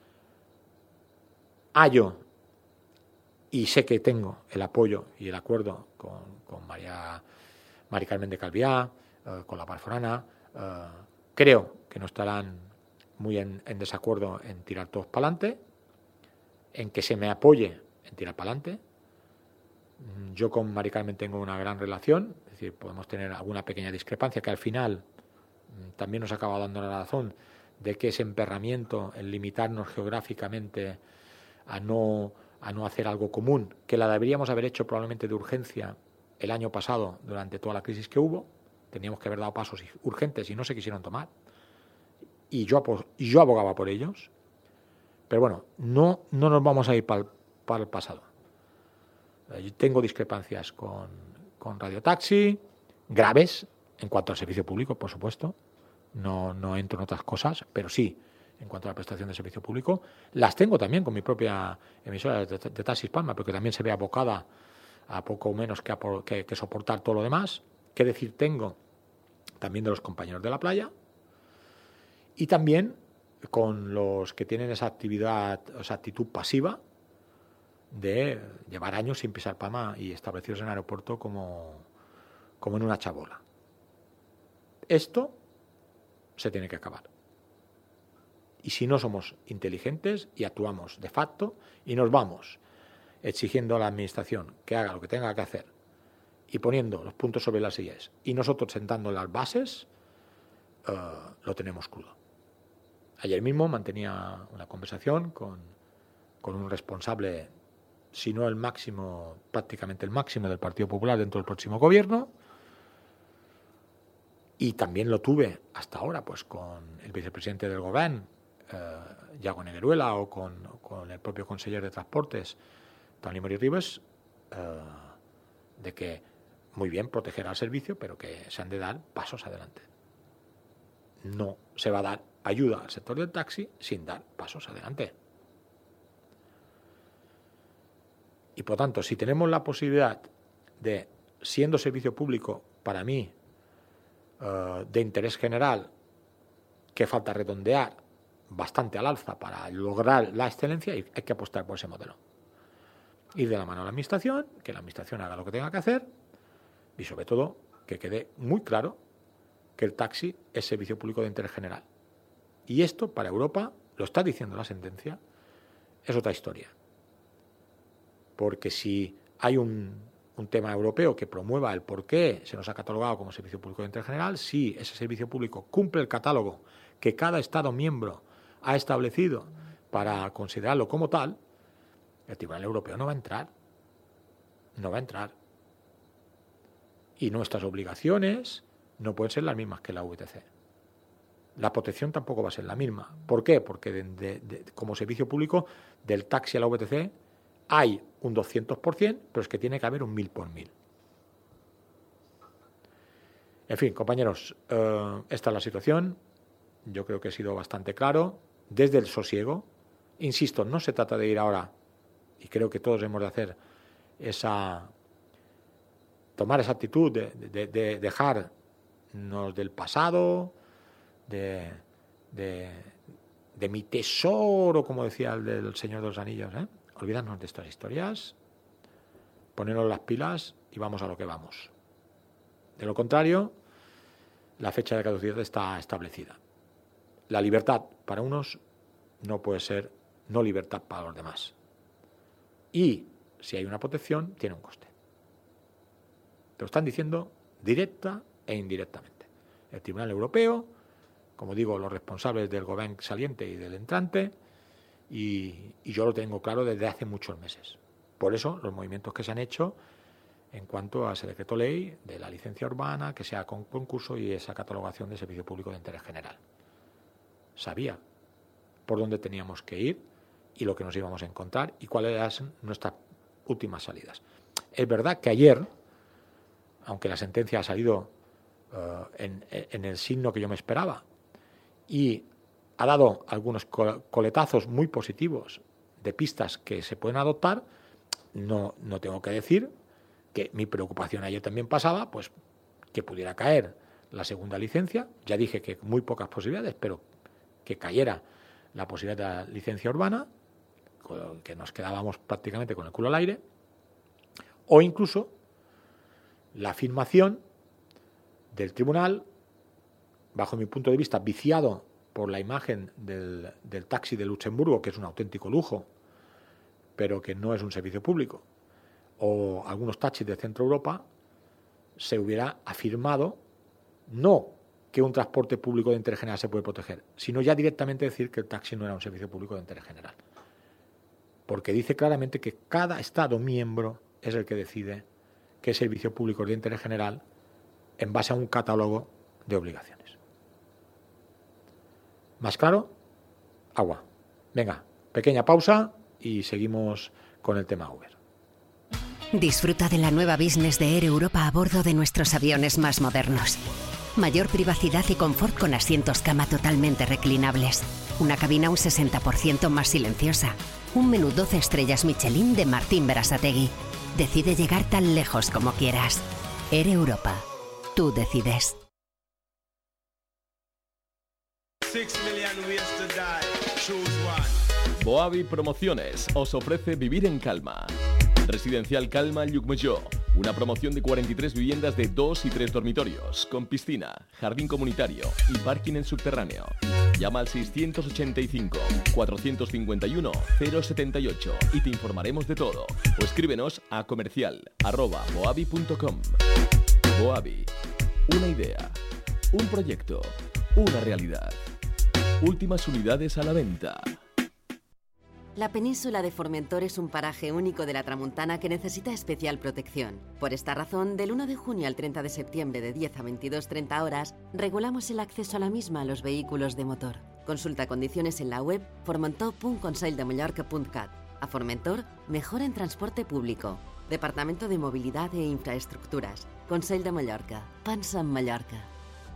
hallo y sé que tengo el apoyo y el acuerdo con, con María Mari Carmen de Calviá, eh, con la Parforana. eh, creo que no estarán muy en, en desacuerdo en tirar todos para adelante, en que se me apoye en tirar para adelante. Yo con Mari Carmen tengo una gran relación, es decir, podemos tener alguna pequeña discrepancia que al final también nos acaba dando la razón de que ese emperramiento en limitarnos geográficamente a no, a no hacer algo común, que la deberíamos haber hecho probablemente de urgencia el año pasado durante toda la crisis que hubo, teníamos que haber dado pasos urgentes y no se quisieron tomar, y yo, y yo abogaba por ellos, pero bueno, no, no nos vamos a ir para el, para el pasado. Yo tengo discrepancias con, con Radio Taxi, graves, en cuanto al servicio público, por supuesto. No, no entro en otras cosas, pero sí en cuanto a la prestación de servicio público. Las tengo también con mi propia emisora de, de Taxis Palma, porque también se ve abocada a poco menos que, a por, que, que soportar todo lo demás. ¿Qué decir tengo también de los compañeros de la playa? Y también con los que tienen esa actividad, esa actitud pasiva de llevar años sin pisar Palma y establecidos en el aeropuerto como, como en una chabola. Esto se tiene que acabar. Y si no somos inteligentes y actuamos de facto y nos vamos exigiendo a la administración que haga lo que tenga que hacer y poniendo los puntos sobre las sillas y nosotros sentando las bases, uh, lo tenemos crudo. Ayer mismo mantenía una conversación con, con un responsable, si no el máximo, prácticamente el máximo del Partido Popular dentro del próximo gobierno, y también lo tuve hasta ahora pues con el vicepresidente del Gobierno, eh, Iago Negueruela, o con, con el propio conseller de Transportes, Toni Mori Ribes, eh, de que muy bien protegerá el servicio, pero que se han de dar pasos adelante. No se va a dar ayuda al sector del taxi sin dar pasos adelante. Y por tanto, si tenemos la posibilidad de, siendo servicio público, para mí, uh, de interés general, que falta redondear bastante al alza para lograr la excelencia, y hay que apostar por ese modelo. Ir de la mano a la administración, que la administración haga lo que tenga que hacer, y sobre todo, que quede muy claro que el taxi es servicio público de interés general. Y esto, para Europa, lo está diciendo la sentencia, es otra historia. Porque si hay un, un tema europeo que promueva el por qué se nos ha catalogado como servicio público de interés general, si ese servicio público cumple el catálogo que cada Estado miembro ha establecido para considerarlo como tal, el Tribunal Europeo no va a entrar. No va a entrar. Y nuestras obligaciones no pueden ser las mismas que la V T C. La protección tampoco va a ser la misma. ¿Por qué? Porque de, de, de, como servicio público del taxi a la V T C hay un doscientos por ciento, pero es que tiene que haber un mil por mil. En fin, compañeros, eh, esta es la situación. Yo creo que he sido bastante claro. Desde el sosiego, insisto, no se trata de ir ahora, y creo que todos hemos de hacer esa, tomar esa actitud de, de, de dejarnos del pasado, de, de, de mi tesoro, como decía el del Señor de los Anillos, ¿eh? Olvidarnos de estas historias, ponernos las pilas y vamos a lo que vamos. De lo contrario, la fecha de caducidad está establecida. La libertad para unos no puede ser no libertad para los demás. Y si hay una protección, tiene un coste. Te lo están diciendo directa e indirectamente. El Tribunal Europeo, como digo, los responsables del gobierno saliente y del entrante, y, y yo lo tengo claro desde hace muchos meses. Por eso los movimientos que se han hecho en cuanto a ese decreto ley de la licencia urbana, que sea con concurso y esa catalogación de servicio público de interés general. Sabía por dónde teníamos que ir y lo que nos íbamos a encontrar y cuáles eran nuestras últimas salidas. Es verdad que ayer, aunque la sentencia ha salido uh, en, en el signo que yo me esperaba y ha dado algunos coletazos muy positivos de pistas que se pueden adoptar, no, no tengo que decir que mi preocupación ayer también pasaba, pues que pudiera caer la segunda licencia. Ya dije que muy pocas posibilidades, pero que cayera la posibilidad de la licencia urbana, que nos quedábamos prácticamente con el culo al aire, o incluso la afirmación del tribunal, bajo mi punto de vista, viciado por la imagen del, del taxi de Luxemburgo, que es un auténtico lujo, pero que no es un servicio público, o algunos taxis de Centro Europa, se hubiera afirmado no que un transporte público de interés general se puede proteger, sino ya directamente decir que el taxi no era un servicio público de interés general. Porque dice claramente que cada Estado miembro es el que decide qué servicio público de interés general en base a un catálogo de obligaciones. ¿Más claro? Agua. Venga, pequeña pausa y seguimos con el tema Uber. Disfruta de la nueva business de Air Europa a bordo de nuestros aviones más modernos. Mayor privacidad y confort con asientos cama totalmente reclinables. una cabina un sesenta por ciento más silenciosa, un menú doce estrellas Michelin de Martín Berasategui. Decide llegar tan lejos como quieras. Air Europa. Tú decides. Boavi Promociones os ofrece Vivir en Calma. Residencial Calma Llucmajor, una promoción de cuarenta y tres viviendas de dos y tres dormitorios, con piscina, jardín comunitario y parking en subterráneo. Llama al seiscientos ochenta y cinco, cuatrocientos cincuenta y uno, cero setenta y ocho y te informaremos de todo. O escríbenos a comercial arroba boavi punto com. Boavi, una idea, un proyecto, una realidad. Últimas unidades a la venta. La península de Formentor es un paraje único de la Tramuntana que necesita especial protección. Por esta razón, del uno de junio al treinta de septiembre de diez a veintidós treinta horas, regulamos el acceso a la misma a los vehículos de motor. Consulta condiciones en la web formentor punto consell de mallorca punto cat. A Formentor, mejor en transporte público. Departamento de Movilidad e Infraestructuras. Consell de Mallorca. Pensa en Mallorca.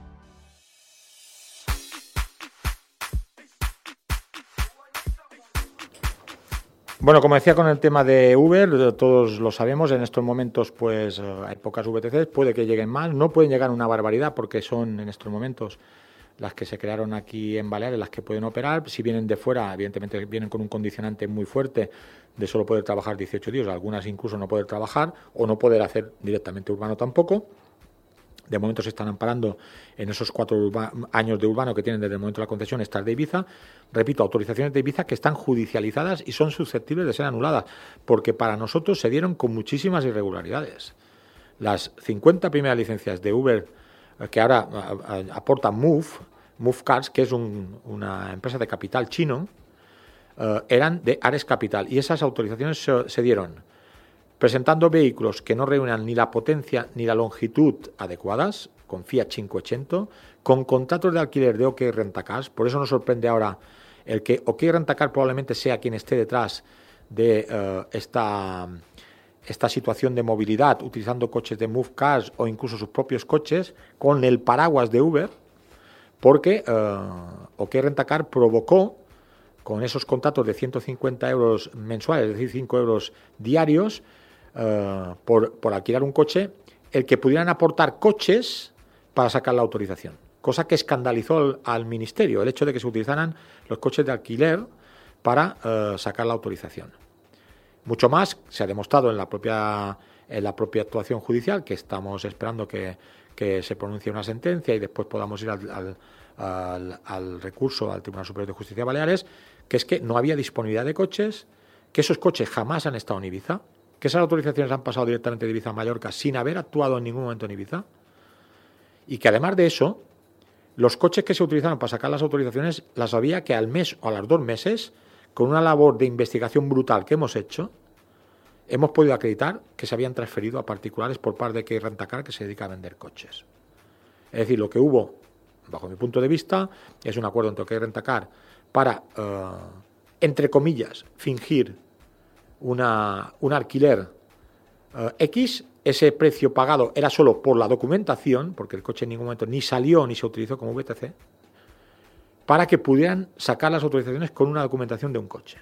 Bueno, como decía con el tema de Uber, todos lo sabemos, en estos momentos pues hay pocas V T Cs, puede que lleguen más, no pueden llegar una barbaridad porque son en estos momentos las que se crearon aquí en Baleares, las que pueden operar. Si vienen de fuera, evidentemente vienen con un condicionante muy fuerte de solo poder trabajar dieciocho días, algunas incluso no poder trabajar o no poder hacer directamente urbano tampoco. De momento se están amparando en esos cuatro urba- años de urbano que tienen desde el momento de la concesión estas de Ibiza. Repito, autorizaciones de Ibiza que están judicializadas y son susceptibles de ser anuladas, porque para nosotros se dieron con muchísimas irregularidades. Las cincuenta primeras licencias de Uber que ahora a, a, aporta Move, Move Cars, que es un, una empresa de capital chino, uh, eran de Ares Capital, y esas autorizaciones se, se dieron presentando vehículos que no reúnan ni la potencia ni la longitud adecuadas, con Fiat quinientos ochenta, con contratos de alquiler de OK Rentacars. Por eso nos sorprende ahora el que OK Rentacar probablemente sea quien esté detrás de uh, esta, esta situación de movilidad, utilizando coches de Move Cars o incluso sus propios coches, con el paraguas de Uber, porque uh, OK Rentacar provocó, con esos contratos de ciento cincuenta euros mensuales, es decir, cinco euros diarios, Uh, por, por alquilar un coche, el que pudieran aportar coches para sacar la autorización, cosa que escandalizó al, al Ministerio, el hecho de que se utilizaran los coches de alquiler para uh, sacar la autorización. Mucho más se ha demostrado en la propia, en la propia actuación judicial, que estamos esperando que, que se pronuncie una sentencia y después podamos ir al, al, al, al recurso al Tribunal Superior de Justicia de Baleares, que es que no había disponibilidad de coches, que esos coches jamás han estado en Ibiza, que esas autorizaciones han pasado directamente de Ibiza a Mallorca sin haber actuado en ningún momento en Ibiza, y que además de eso, los coches que se utilizaron para sacar las autorizaciones las había que al mes o a los dos meses, con una labor de investigación brutal que hemos hecho, hemos podido acreditar que se habían transferido a particulares por parte de OK Rentacar, que se dedica a vender coches. Es decir, lo que hubo, bajo mi punto de vista, es un acuerdo entre OK Rentacar para, uh, entre comillas, fingir Una, un alquiler uh, X. Ese precio pagado era solo por la documentación, porque el coche en ningún momento ni salió ni se utilizó como V T C, para que pudieran sacar las autorizaciones con una documentación de un coche.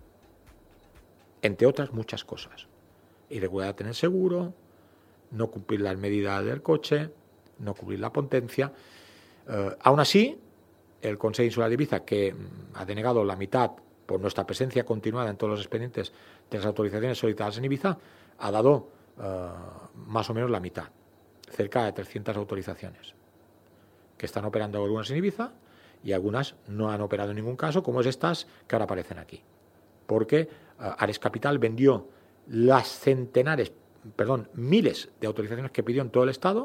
Entre otras muchas cosas. Irregularidad en el seguro, no cumplir las medidas del coche, no cubrir la potencia. Uh, aún así, el Consejo Insular de Ibiza, que mm, ha denegado la mitad por nuestra presencia continuada en todos los expedientes de las autorizaciones solicitadas en Ibiza, ha dado uh, más o menos la mitad, cerca de trescientas autorizaciones, que están operando algunas en Ibiza y algunas no han operado en ningún caso, como es estas que ahora aparecen aquí. Porque uh, Ares Capital vendió las centenares, perdón, miles de autorizaciones que pidió en todo el Estado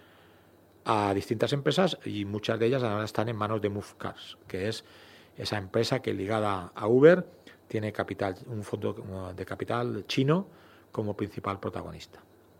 a distintas empresas, y muchas de ellas ahora están en manos de Move Cars, que es esa empresa que, ligada a Uber, tiene capital, un fondo de capital chino como principal protagonista.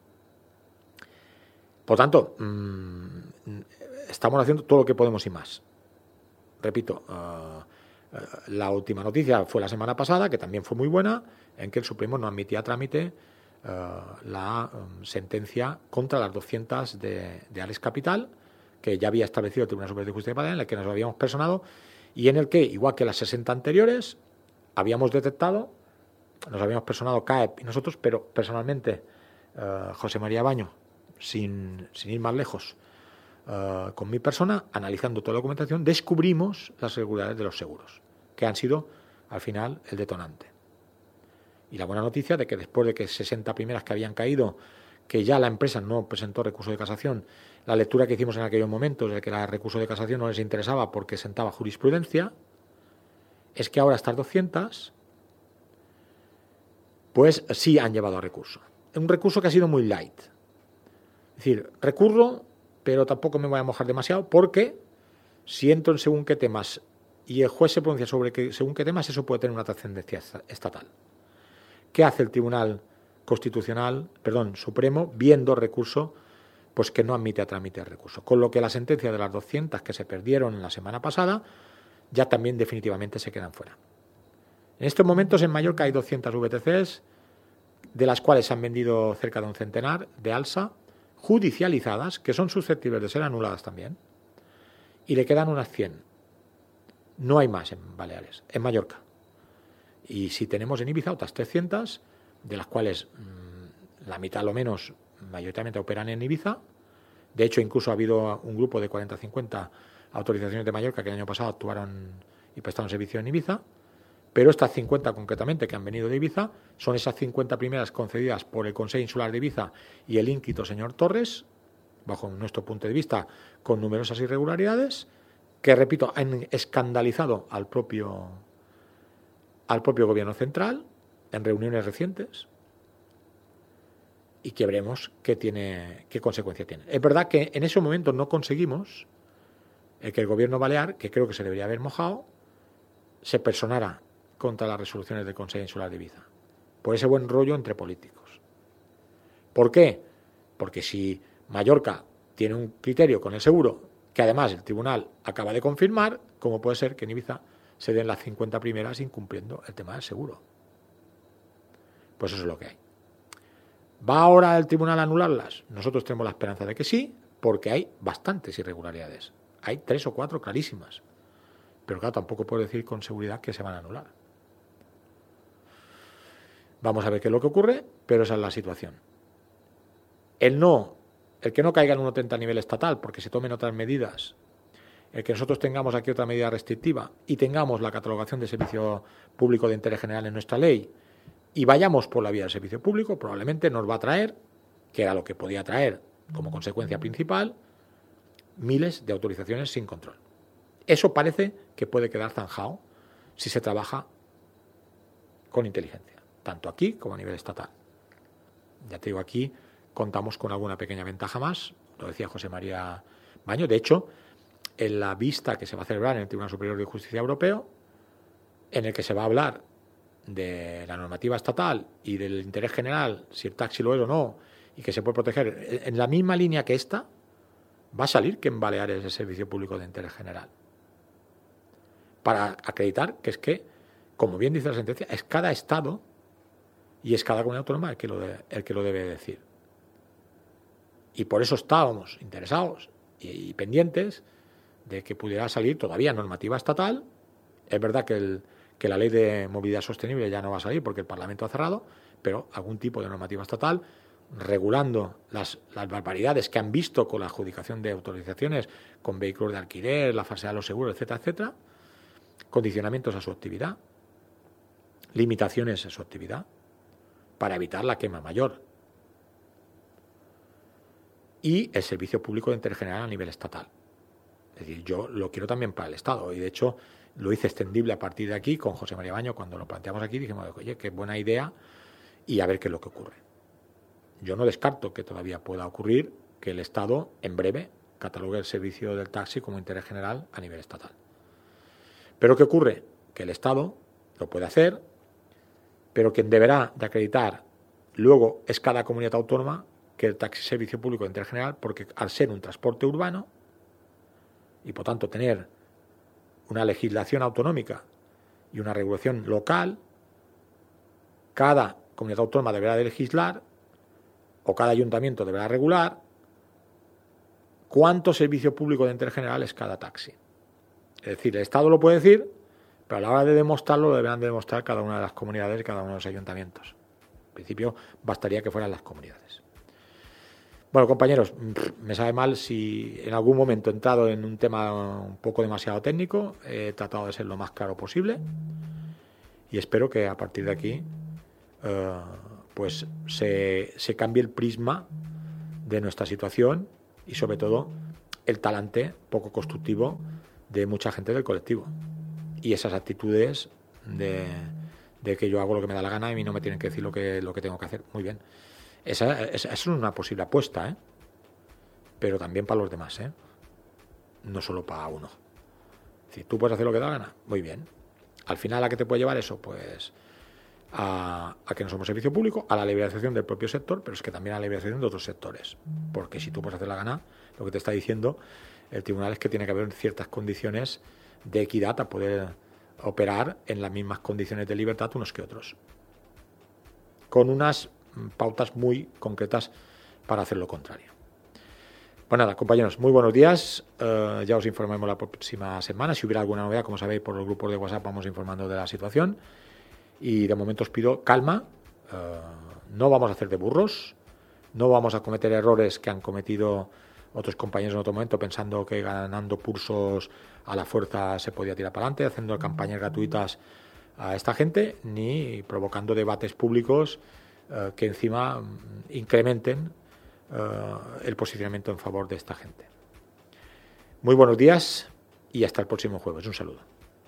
Por tanto, mmm, estamos haciendo todo lo que podemos y más. Repito, uh, uh, la última noticia fue la semana pasada, que también fue muy buena, en que el Supremo no admitía a trámite uh, la um, sentencia contra las doscientas de, de Ares Capital, que ya había establecido el Tribunal Superior de Justicia de Baleares, en la que nos habíamos personado, y en el que, igual que las sesenta anteriores, habíamos detectado, nos habíamos personado C A E P y nosotros, pero personalmente uh, José María Baño, sin, sin ir más lejos, uh, con mi persona, analizando toda la documentación, descubrimos las irregularidades de los seguros, que han sido, al final, el detonante. Y la buena noticia de que después de que sesenta primeras que habían caído, que ya la empresa no presentó recurso de casación, la lectura que hicimos en aquellos momentos de que el recurso de casación no les interesaba porque sentaba jurisprudencia, es que ahora estas doscientas, pues sí han llevado a recurso. Un recurso que ha sido muy light. Es decir, recurro, pero tampoco me voy a mojar demasiado porque si entro en según qué temas y el juez se pronuncia sobre que, según qué temas, eso puede tener una trascendencia estatal. ¿Qué hace el Tribunal Constitucional, perdón, Supremo, viendo recurso, pues que no admite a trámite el recurso? Con lo que la sentencia de las doscientas que se perdieron en la semana pasada ya también definitivamente se quedan fuera. En estos momentos en Mallorca hay doscientas V T Cs, de las cuales se han vendido cerca de un centenar de alza, judicializadas, que son susceptibles de ser anuladas también, y le quedan unas cien. No hay más en Baleares, en Mallorca. Y si tenemos en Ibiza otras trescientas, de las cuales mmm, la mitad lo menos mayoritariamente operan en Ibiza. De hecho, incluso ha habido un grupo de cuarenta a cincuenta autorizaciones de Mallorca que el año pasado actuaron y prestaron servicio en Ibiza. Pero estas cincuenta concretamente que han venido de Ibiza son esas cincuenta primeras concedidas por el Consejo Insular de Ibiza y el ínclito señor Torres, bajo nuestro punto de vista, con numerosas irregularidades, que, repito, han escandalizado al propio, al propio gobierno central en reuniones recientes y que veremos qué, tiene, qué consecuencia tiene. Es verdad que en ese momento no conseguimos el que el gobierno balear, que creo que se debería haber mojado, se personara contra las resoluciones del Consejo Insular de Ibiza, por ese buen rollo entre políticos. ¿Por qué? Porque si Mallorca tiene un criterio con el seguro, que además el tribunal acaba de confirmar, ¿cómo puede ser que en Ibiza se den las cincuenta primeras incumpliendo el tema del seguro? Pues eso es lo que hay. ¿Va ahora el tribunal a anularlas? Nosotros tenemos la esperanza de que sí, porque hay bastantes irregularidades. Hay tres o cuatro clarísimas. Pero claro, tampoco puedo decir con seguridad que se van a anular. Vamos a ver qué es lo que ocurre, pero esa es la situación. El no, el que no caiga en un ochenta a nivel estatal, porque se tomen otras medidas, el que nosotros tengamos aquí otra medida restrictiva y tengamos la catalogación de servicio público de interés general en nuestra ley y vayamos por la vía del servicio público, probablemente nos va a traer, que era lo que podía traer como consecuencia principal, miles de autorizaciones sin control. Eso parece que puede quedar zanjado si se trabaja con inteligencia, tanto aquí como a nivel estatal. Ya te digo, aquí contamos con alguna pequeña ventaja más, lo decía José María Baño. De hecho, en la vista que se va a celebrar en el Tribunal Superior de Justicia Europeo, en el que se va a hablar de la normativa estatal y del interés general, si el taxi lo es o no, y que se puede proteger, en la misma línea que esta, va a salir que en Baleares es el servicio público de interés general. Para acreditar que es que, como bien dice la sentencia, es cada Estado y es cada comunidad autónoma el que lo, de, el que lo debe decir. Y por eso estábamos interesados y, y pendientes de que pudiera salir todavía normativa estatal. Es verdad que, el, que la ley de movilidad sostenible ya no va a salir porque el Parlamento ha cerrado, pero algún tipo de normativa estatal regulando las, las barbaridades que han visto con la adjudicación de autorizaciones con vehículos de alquiler, la falsedad de los seguros, etcétera, etcétera, condicionamientos a su actividad, limitaciones a su actividad, para evitar la quema mayor. Y el servicio público de interés general a nivel estatal. Es decir, yo lo quiero también para el Estado, y de hecho lo hice extendible a partir de aquí con José María Baño. Cuando lo planteamos aquí dijimos, oye, qué buena idea, y a ver qué es lo que ocurre. Yo no descarto que todavía pueda ocurrir que el Estado en breve catalogue el servicio del taxi como interés general a nivel estatal. Pero ¿qué ocurre? Que el Estado lo puede hacer, pero quien deberá de acreditar luego es cada comunidad autónoma que el taxi es servicio público de interés general, porque al ser un transporte urbano y por tanto tener una legislación autonómica y una regulación local, cada comunidad autónoma deberá de legislar o cada ayuntamiento deberá regular cuánto servicio público de interés general es cada taxi. Es decir, el Estado lo puede decir, pero a la hora de demostrarlo lo deberán de demostrar cada una de las comunidades y cada uno de los ayuntamientos. En principio, bastaría que fueran las comunidades. Bueno, compañeros, me sabe mal si en algún momento he entrado en un tema un poco demasiado técnico. He tratado de ser lo más claro posible y espero que a partir de aquí eh, pues se, se cambie el prisma de nuestra situación y sobre todo el talante poco constructivo de mucha gente del colectivo y esas actitudes de, de que yo hago lo que me da la gana y a mí no me tienen que decir lo que, lo que tengo que hacer. Muy bien. Esa, esa es una posible apuesta, ¿eh? Pero también para los demás, ¿eh? No solo para uno. Si tú puedes hacer lo que da la gana, muy bien. Al final, ¿a qué te puede llevar eso? Pues a, a que no somos servicio público, a la liberalización del propio sector, pero es que también a la liberalización de otros sectores. Porque si tú puedes hacer la gana, lo que te está diciendo el tribunal es que tiene que haber ciertas condiciones de equidad a poder operar en las mismas condiciones de libertad unos que otros. Con unas pautas muy concretas para hacer lo contrario. Pues nada, compañeros, muy buenos días. Uh, ya os informaremos la próxima semana. Si hubiera alguna novedad, como sabéis, por los grupos de WhatsApp vamos informando de la situación. Y de momento os pido calma. Uh, no vamos a hacer de burros. No vamos a cometer errores que han cometido otros compañeros en otro momento, pensando que ganando pulsos a la fuerza se podía tirar para adelante, haciendo campañas gratuitas a esta gente, ni provocando debates públicos Uh, que encima um, incrementen uh, el posicionamiento en favor de esta gente. Muy buenos días y hasta el próximo jueves. Un saludo.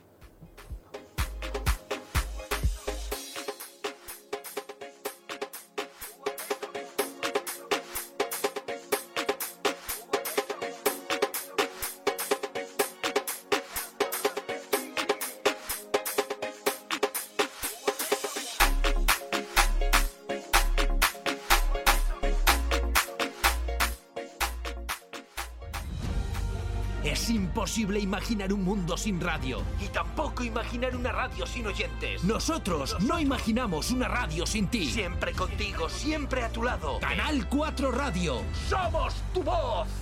Es imposible imaginar un mundo sin radio. Y tampoco imaginar una radio sin oyentes. Nosotros no imaginamos una radio sin ti. Siempre contigo, siempre a tu lado. Canal cuatro Radio. ¡Somos tu voz!